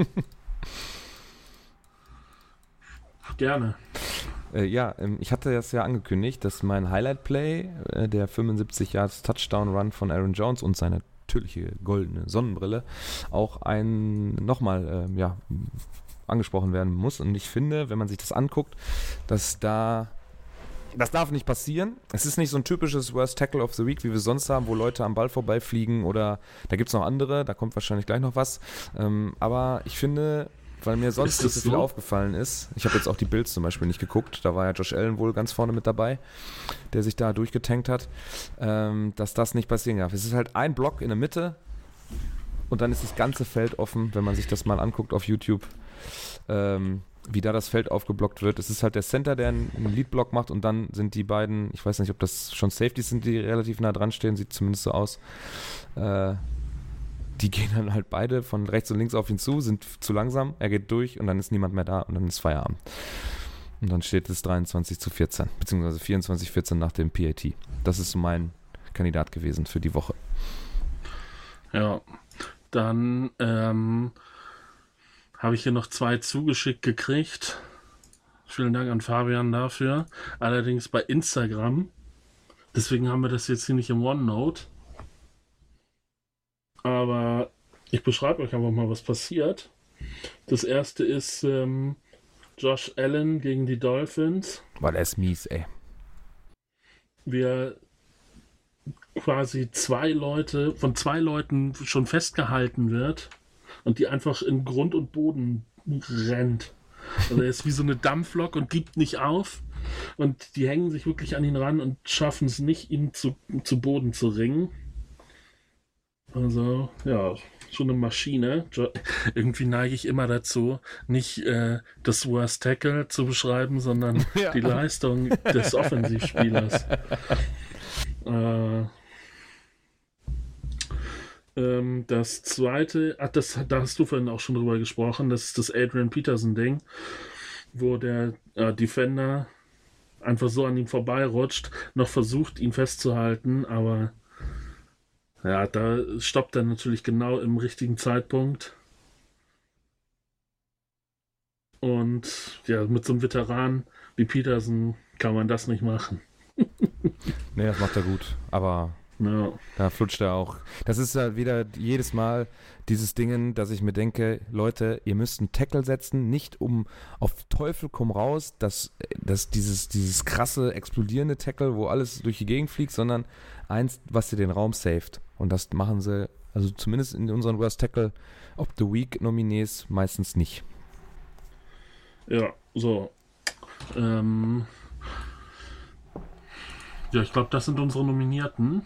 S2: Gerne.
S4: Äh, ja, ähm, ich hatte das ja angekündigt, dass mein Highlight-Play, äh, der fünfundsiebzig Yards Touchdown-Run von Aaron Jones und seine natürliche goldene Sonnenbrille, auch ein nochmal ähm, ja, angesprochen werden muss. Und ich finde, wenn man sich das anguckt, dass da das darf nicht passieren. Es ist nicht so ein typisches Worst Tackle of the Week, wie wir sonst haben, wo Leute am Ball vorbeifliegen oder da gibt es noch andere, da kommt wahrscheinlich gleich noch was. Ähm, aber ich finde, weil mir sonst
S2: Ist
S4: nicht
S2: das
S4: so viel
S2: so?
S4: aufgefallen ist, ich habe jetzt auch die Bills zum Beispiel nicht geguckt, da war ja Josh Allen wohl ganz vorne mit dabei, der sich da durchgetankt hat, ähm, dass das nicht passieren darf. Es ist halt ein Block in der Mitte und dann ist das ganze Feld offen, wenn man sich das mal anguckt auf YouTube. Ähm, wie da das Feld aufgeblockt wird. Es ist halt der Center, der einen Lead-Block macht und dann sind die beiden, ich weiß nicht, ob das schon Safeties sind, die relativ nah dran stehen, sieht zumindest so aus. Äh, die gehen dann halt beide von rechts und links auf ihn zu, sind zu langsam, er geht durch und dann ist niemand mehr da und dann ist Feierabend. Und dann steht es dreiundzwanzig zu vierzehn, beziehungsweise vierundzwanzig vierzehn nach dem P A T. Das ist mein Kandidat gewesen für die Woche.
S2: Ja, dann ähm, habe ich hier noch zwei zugeschickt gekriegt. Vielen Dank an Fabian dafür. Allerdings bei Instagram. Deswegen haben wir das jetzt hier nicht im OneNote. Aber ich beschreibe euch einfach mal, was passiert. Das erste ist ähm, Josh Allen gegen die Dolphins.
S4: Boah, der ist mies, ey.
S2: Wir quasi zwei Leute, von zwei Leuten schon festgehalten wird und die einfach in Grund und Boden rennt. Also er ist wie so eine Dampflok und gibt nicht auf und die hängen sich wirklich an ihn ran und schaffen es nicht, ihn zu, zu Boden zu ringen. Also, ja, schon eine Maschine. Jo- Irgendwie neige ich immer dazu, nicht äh, das Worst Tackle zu beschreiben, sondern
S4: Ja.
S2: die Leistung des Offensivspielers. äh, ähm, das zweite, ach, das, da hast du vorhin auch schon drüber gesprochen, das ist das Adrian Peterson-Ding, wo der äh, Defender einfach so an ihm vorbeirutscht, noch versucht, ihn festzuhalten, aber ja, da stoppt er natürlich genau im richtigen Zeitpunkt. Und ja, mit so einem Veteran wie Peterson kann man das nicht machen.
S4: Nee, das macht er gut, aber
S2: Ja,
S4: da flutscht er auch. Das ist halt wieder jedes Mal dieses Dingen, dass ich mir denke, Leute, ihr müsst einen Tackle setzen, nicht um auf Teufel komm raus, dass, dass dieses, dieses krasse, explodierende Tackle, wo alles durch die Gegend fliegt, sondern eins, was dir den Raum saved. Und das machen sie, also zumindest in unseren Worst Tackle of the Week Nominees meistens nicht.
S2: ja, so. Ähm, ja, ich glaube, das sind unsere Nominierten.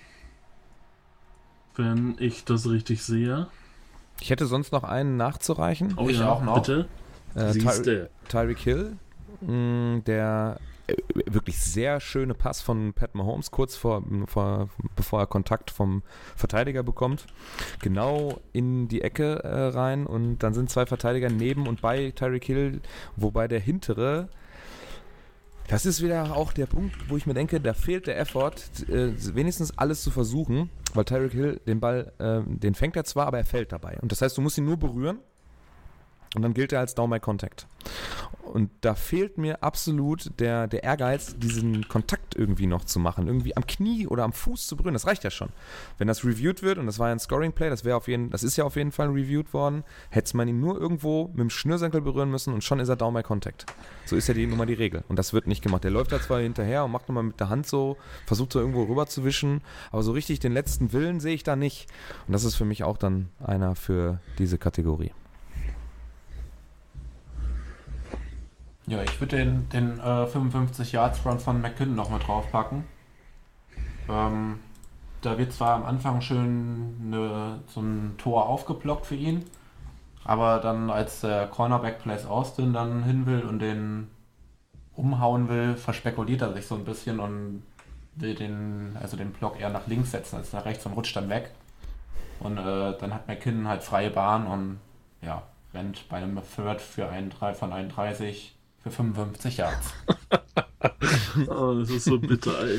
S2: Wenn ich das richtig sehe.
S4: Ich hätte sonst noch einen nachzureichen.
S2: Oh
S3: Ich
S2: ja,
S3: auch noch.
S2: bitte.
S4: Äh, Ty-
S2: Siehste.
S4: Tyreek Hill, mh, der äh, wirklich sehr schöne Pass von Pat Mahomes kurz vor, vor bevor er Kontakt vom Verteidiger bekommt, genau in die Ecke äh, rein und dann sind zwei Verteidiger neben und bei Tyreek Hill, wobei der hintere, das ist wieder auch der Punkt, wo ich mir denke, da fehlt der Effort, äh, wenigstens alles zu versuchen, weil Tyreek Hill den Ball, äh, den fängt er zwar, aber er fällt dabei. Und das heißt, du musst ihn nur berühren und dann gilt er als Down by Contact. Und da fehlt mir absolut der, der Ehrgeiz, diesen Kontakt irgendwie noch zu machen. Irgendwie am Knie oder am Fuß zu berühren, das reicht ja schon. Wenn das reviewed wird, und das war ja ein Scoring-Play, das wäre auf jeden, das ist ja auf jeden Fall reviewed worden, hätte man ihn nur irgendwo mit dem Schnürsenkel berühren müssen und schon ist er Down by Contact. So ist ja die, nun mal die Regel. Und das wird nicht gemacht. Der läuft da zwar hinterher und macht nochmal mit der Hand so, versucht so irgendwo rüber zu wischen, aber so richtig den letzten Willen sehe ich da nicht. Und das ist für mich auch dann einer für diese Kategorie.
S3: Ja, ich würde den, den äh, fünfundfünfzig Yards Run von McKinnon noch mit draufpacken. Ähm, da wird zwar am Anfang schön eine, so ein Tor aufgeblockt für ihn, aber dann als der Cornerback Place Austin dann hin will und den umhauen will, verspekuliert er sich so ein bisschen und will den, also den Block eher nach links setzen als nach rechts und rutscht dann weg. Und äh, dann hat McKinnon halt freie Bahn und ja, rennt bei einem Third für einen drei von einunddreißig für fünfundfünfzig Yards.
S2: Oh, das ist so bitter, ey.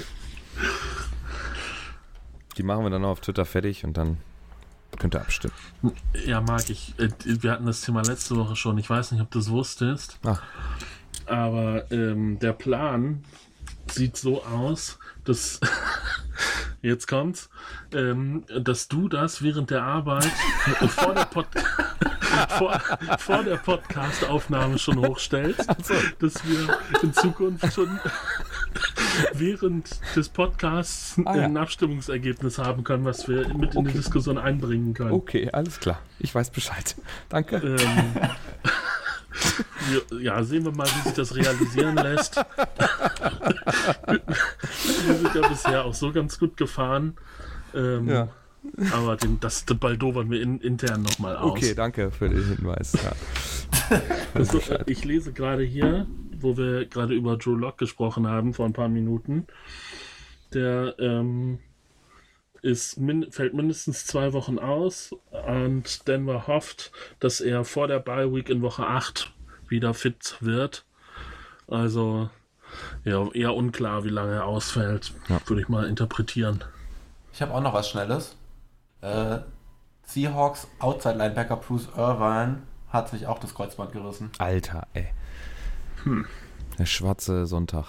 S4: Die machen wir dann noch auf Twitter fertig und dann könnt ihr abstimmen.
S2: Ja, Marc, ich, äh, wir hatten das Thema letzte Woche schon. Ich weiß nicht, ob du es wusstest.
S4: Ach.
S2: Aber ähm, der Plan sieht so aus, dass jetzt kommt's, ähm, dass du das während der Arbeit vor der, Pod vor, vor der Podcast-Aufnahme schon hochstellst, also, dass wir in Zukunft schon während des Podcasts ah, ja. ein Abstimmungsergebnis haben können, was wir mit in okay. die Diskussion einbringen können.
S4: Okay, alles klar. Ich weiß Bescheid. Danke.
S2: Ähm, Ja, sehen wir mal, wie sich das realisieren lässt. Wir sind ja bisher auch so ganz gut gefahren. Ähm, ja. Aber den, das baldowern wir in, intern nochmal aus.
S4: Okay, danke für den Hinweis. Ja.
S2: Also, ich lese gerade hier, wo wir gerade über Drew Lock gesprochen haben, vor ein paar Minuten. Der ähm, ist min- fällt mindestens zwei Wochen aus und Denver hofft, dass er vor der Bye Week in Woche acht wieder fit wird. Also ja, eher unklar, wie lange er ausfällt, ja. würde ich mal interpretieren.
S3: Ich habe auch noch was Schnelles. Äh, Seahawks Outside Linebacker Bruce Irvine hat sich auch das Kreuzband gerissen.
S4: Alter, ey. Hm. Der schwarze Sonntag.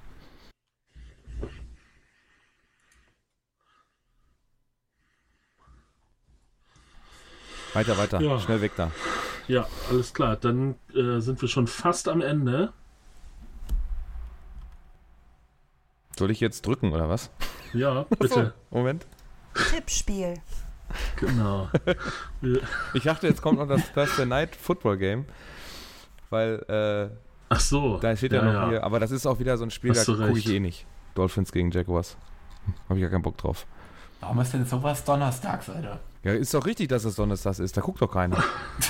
S4: Weiter, weiter. Ja. Schnell weg da.
S2: Ja, alles klar. Dann äh, sind wir schon fast am Ende.
S4: Soll ich jetzt drücken, oder was?
S2: Ja, bitte.
S4: So, Moment.
S5: Tippspiel.
S2: Genau.
S4: Ich dachte, jetzt kommt noch das Thursday Night Football Game. Weil, äh,
S2: ach so.
S4: Da steht ja, ja noch ja. hier. Aber das ist auch wieder so ein Spiel,
S2: Hast
S4: da gucke ich eh nicht. Dolphins gegen Jaguars. Habe ich ja keinen Bock drauf.
S3: Warum ist denn sowas donnerstags, Alter?
S4: Ja, ist doch richtig, dass es Donnerstags ist. Da guckt doch keiner.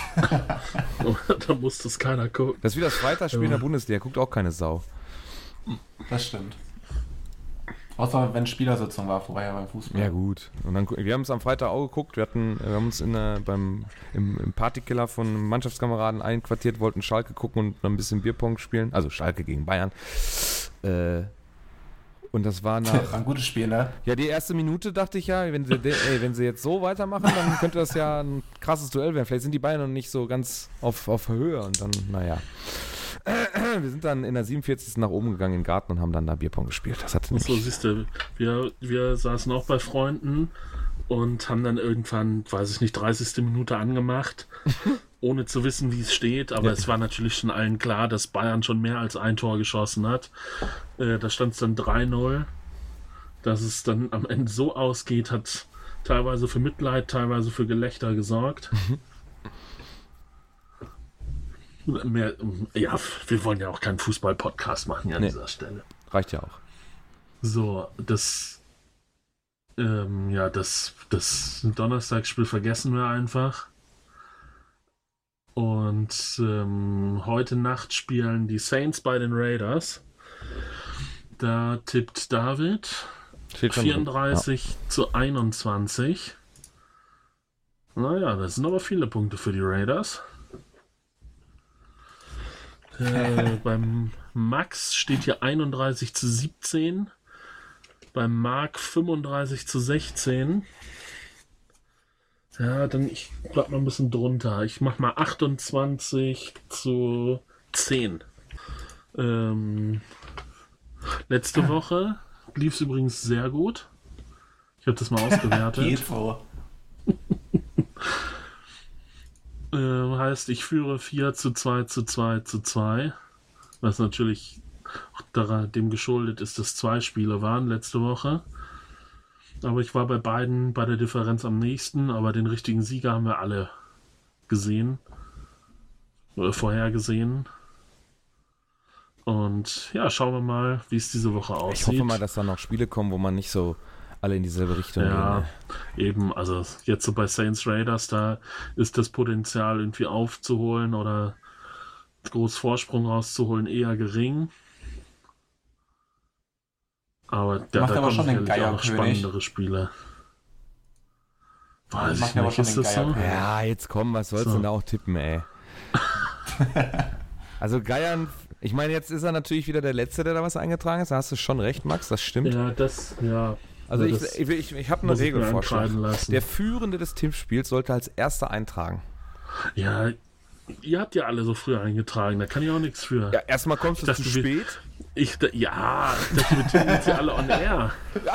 S2: Da muss das keiner gucken.
S4: Das ist wie das Freitagsspiel in der Bundesliga. Guckt auch keine Sau.
S3: Das stimmt. Außer wenn Spielersitzung war, vorbei ja beim Fußball.
S4: Ja gut. Und dann, wir haben es am Freitag auch geguckt. Wir, hatten, wir haben uns in der, beim, im, im Partykiller von einem Mannschaftskameraden einquartiert, wollten Schalke gucken und noch ein bisschen Bierpong spielen. Also Schalke gegen Bayern. Äh... Und das war nach...
S3: War ein gutes Spiel, ne?
S4: Ja, die erste Minute dachte ich ja, wenn sie, ey, wenn sie jetzt so weitermachen, dann könnte das ja ein krasses Duell werden. Vielleicht sind die Bayern noch nicht so ganz auf, auf Höhe und dann, naja. Wir sind dann in der siebenundvierzigsten nach oben gegangen in den Garten und haben dann da Bierpong gespielt. Das hatte
S2: so, siehst du, wir, wir saßen auch bei Freunden und haben dann irgendwann, weiß ich nicht, dreißigste Minute angemacht, ohne zu wissen, wie es steht. Aber ja. Es war natürlich schon allen klar, dass Bayern schon mehr als ein Tor geschossen hat. Äh, da stand es dann drei null. Dass es dann am Ende so ausgeht, hat teilweise für Mitleid, teilweise für Gelächter gesorgt. Mhm. Mehr, ja, wir wollen ja auch keinen Fußball-Podcast machen hier an nee. dieser Stelle.
S4: Reicht ja auch.
S2: So, das ähm, ja, das, das Donnerstagsspiel vergessen wir einfach. Und ähm, heute Nacht spielen die Saints bei den Raiders. Da tippt David vierunddreißig ja. zu einundzwanzig. Naja, das sind aber viele Punkte für die Raiders. Äh, beim Max steht hier einunddreißig zu siebzehn. Beim Marc fünfunddreißig zu sechzehn. Ja, dann ich bleib mal ein bisschen drunter. Ich mach mal achtundzwanzig zu zehn. Ähm, letzte Woche lief es übrigens sehr gut. Ich habe das mal ausgewertet.
S3: Geht so.
S2: äh, heißt, ich führe vier zu zwei zu zwei zu zwei. Was natürlich daran, dem geschuldet ist, dass zwei Spiele waren letzte Woche. Aber ich war bei beiden bei der Differenz am nächsten, aber den richtigen Sieger haben wir alle gesehen. Oder vorhergesehen. Und ja, schauen wir mal, wie es diese Woche aussieht.
S4: Ich hoffe mal, dass da noch Spiele kommen, wo man nicht so alle in dieselbe Richtung
S2: ja,
S4: gehen.
S2: eben, also jetzt so bei Saints Raiders, da ist das Potenzial irgendwie aufzuholen oder groß Vorsprung rauszuholen eher gering. Aber ja,
S3: macht
S2: da
S3: aber
S2: kommen
S3: schon den
S2: sicherlich auch noch
S3: Geierkönig.
S2: spannendere Spiele. Weiß
S3: macht
S2: ich
S3: aber
S2: nicht,
S3: schon
S2: ist
S3: den
S2: das so?
S3: Geierkönig.
S4: Ja, jetzt komm, was sollst du
S2: So.
S4: denn da auch tippen, ey? Also Geiern, ich meine, jetzt ist er natürlich wieder der Letzte, der da was eingetragen ist. Da hast du schon recht, Max, das stimmt.
S2: Ja, das, ja.
S4: Also ich,
S2: das
S4: ich, ich, ich habe einen
S2: muss ich mir
S4: Regelvorschlag.
S2: ankreiden lassen.
S4: Der Führende des Tippspiels sollte als Erster eintragen.
S2: Ja, ihr habt ja alle so früh eingetragen, da kann ich auch nichts für.
S4: Ja, erstmal kommst du
S2: Ich
S4: zu
S2: dachte, wir-
S4: spät.
S2: Ich, da- ja, ich dachte, wir tippen jetzt hier alle on air.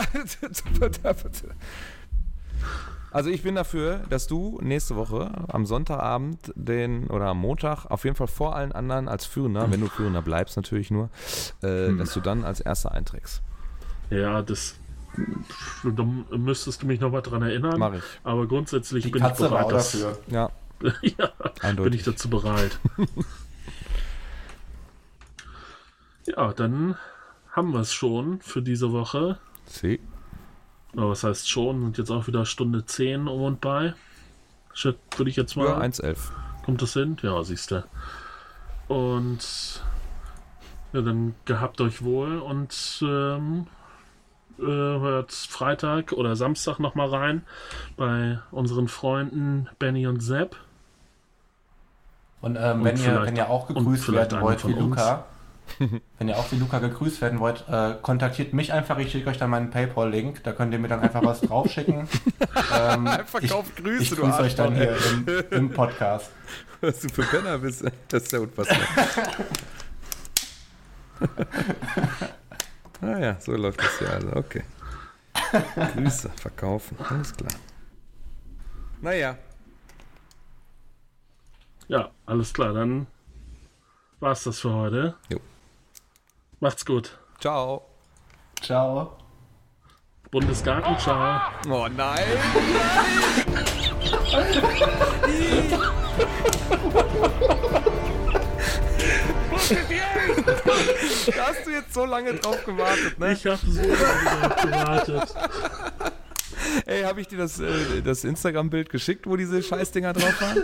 S4: Also ich bin dafür, dass du nächste Woche am Sonntagabend den oder am Montag auf jeden Fall vor allen anderen als Führender, wenn du Führender bleibst natürlich nur, äh,
S2: Hm.
S4: dass du dann als Erster einträgst.
S2: Ja, das. Da müsstest du mich noch mal dran erinnern.
S4: Mach ich.
S2: Aber grundsätzlich
S3: Die
S2: bin
S3: Katze
S2: ich
S3: war
S2: bereit,
S3: auch
S2: das,
S3: dafür.
S4: Ja,
S2: ja,
S4: eindeutig.
S2: bin ich dazu bereit. Ja, dann haben wir es schon für diese Woche.
S4: See.
S2: Aber was heißt schon? Sind jetzt auch wieder Stunde zehn um und bei. Shit, würde ich jetzt mal.
S4: Ja, eins elf.
S2: Kommt das hin? Ja, siehst du. Und ja, dann gehabt euch wohl und ähm, äh, hört Freitag oder Samstag nochmal rein bei unseren Freunden Benny und Sepp.
S3: Und ähm,
S2: Und
S3: wenn, ihr,
S2: vielleicht-
S3: wenn ihr auch
S2: und
S3: gegrüßt
S2: vielleicht
S3: werden
S2: einer
S3: wollt wie
S2: von uns.
S3: Luca, wenn ihr auch wie Luca gegrüßt werden wollt, äh, kontaktiert mich einfach, ich schicke euch dann meinen Paypal-Link, da könnt ihr mir dann einfach was draufschicken. ähm,
S4: Verkauf
S3: ich,
S4: Grüße,
S3: ich
S4: du
S3: grüße euch dann
S4: Arschloch,
S3: hier im, im Podcast.
S4: Was du für Penner bist, das ist ja unfassbar. Ah ja, so läuft das ja also, okay. Grüße, verkaufen, alles klar. Naja,
S2: Ja, alles klar, dann war's das für heute.
S4: Jo.
S2: Macht's gut.
S4: ciao.
S3: Ciao.
S2: Bundesgartenschau.
S4: Oh nein! Da hast du jetzt so lange drauf gewartet, ne?
S2: Ich habe so lange darauf gewartet.
S4: Ey, habe ich dir das, äh, das Instagram-Bild geschickt, wo diese Scheißdinger drauf waren?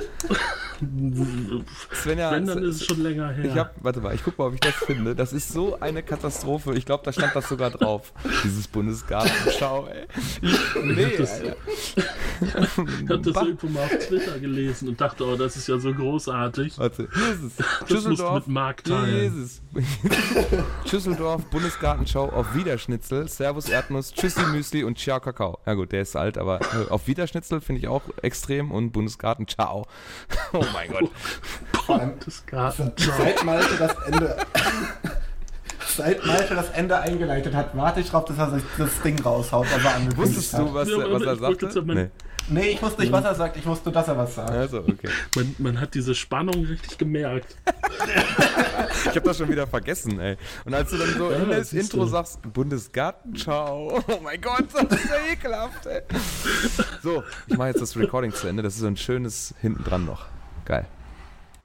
S4: Svenja,
S2: Wenn, dann ist es schon länger her.
S4: ich hab, warte mal, ich guck mal, ob ich das finde. Das ist so eine Katastrophe. Ich glaube, da stand das sogar drauf. Dieses Bundesgartenschau, ey. Ich, nee,
S2: hab das-
S4: Alter.
S2: Ich habe das
S4: Bah.
S2: irgendwo mal auf Twitter gelesen und dachte, oh, das ist ja so großartig.
S4: Warte, hier ist es.
S2: Das musst du
S4: Schüsseldorf.
S2: mit Marc
S4: Hier
S2: teilen.
S4: ist es. Schüsseldorf, Bundesgartenschau, auf Wiederschnitzel, Servus Erdnuss, Tschüssi Müsli und Ciao Kakao. Ja gut, der ist alt, aber äh, auf Wiederschnitzel finde ich auch extrem und Bundesgarten, ciao. Oh mein Gott.
S3: Vor allem,
S2: Bundesgartenschau.
S3: seit Malte das Ende... Seit Malte das Ende eingeleitet hat, warte ich drauf, dass er sich das Ding raushaut, was er angekündigt
S4: Wusstest
S3: hat.
S4: du, was,
S2: Ja, aber
S4: was er
S2: ich wollte jetzt
S4: sagte?
S2: ja mal-
S4: Nee.
S3: Nee, ich wusste nicht, was er sagt, ich wusste, dass er was sagt.
S4: Also, okay.
S2: Man, man hat diese Spannung richtig gemerkt.
S4: Ich habe das schon wieder vergessen, ey. Und als du dann so
S2: Ja,
S4: in das
S2: siehst
S4: Intro
S2: du.
S4: sagst, Bundesgartenschau, oh mein Gott, das ist ja ekelhaft, ey. So, ich mache jetzt das Recording zu Ende. Das ist so ein schönes hinten dran noch. Geil.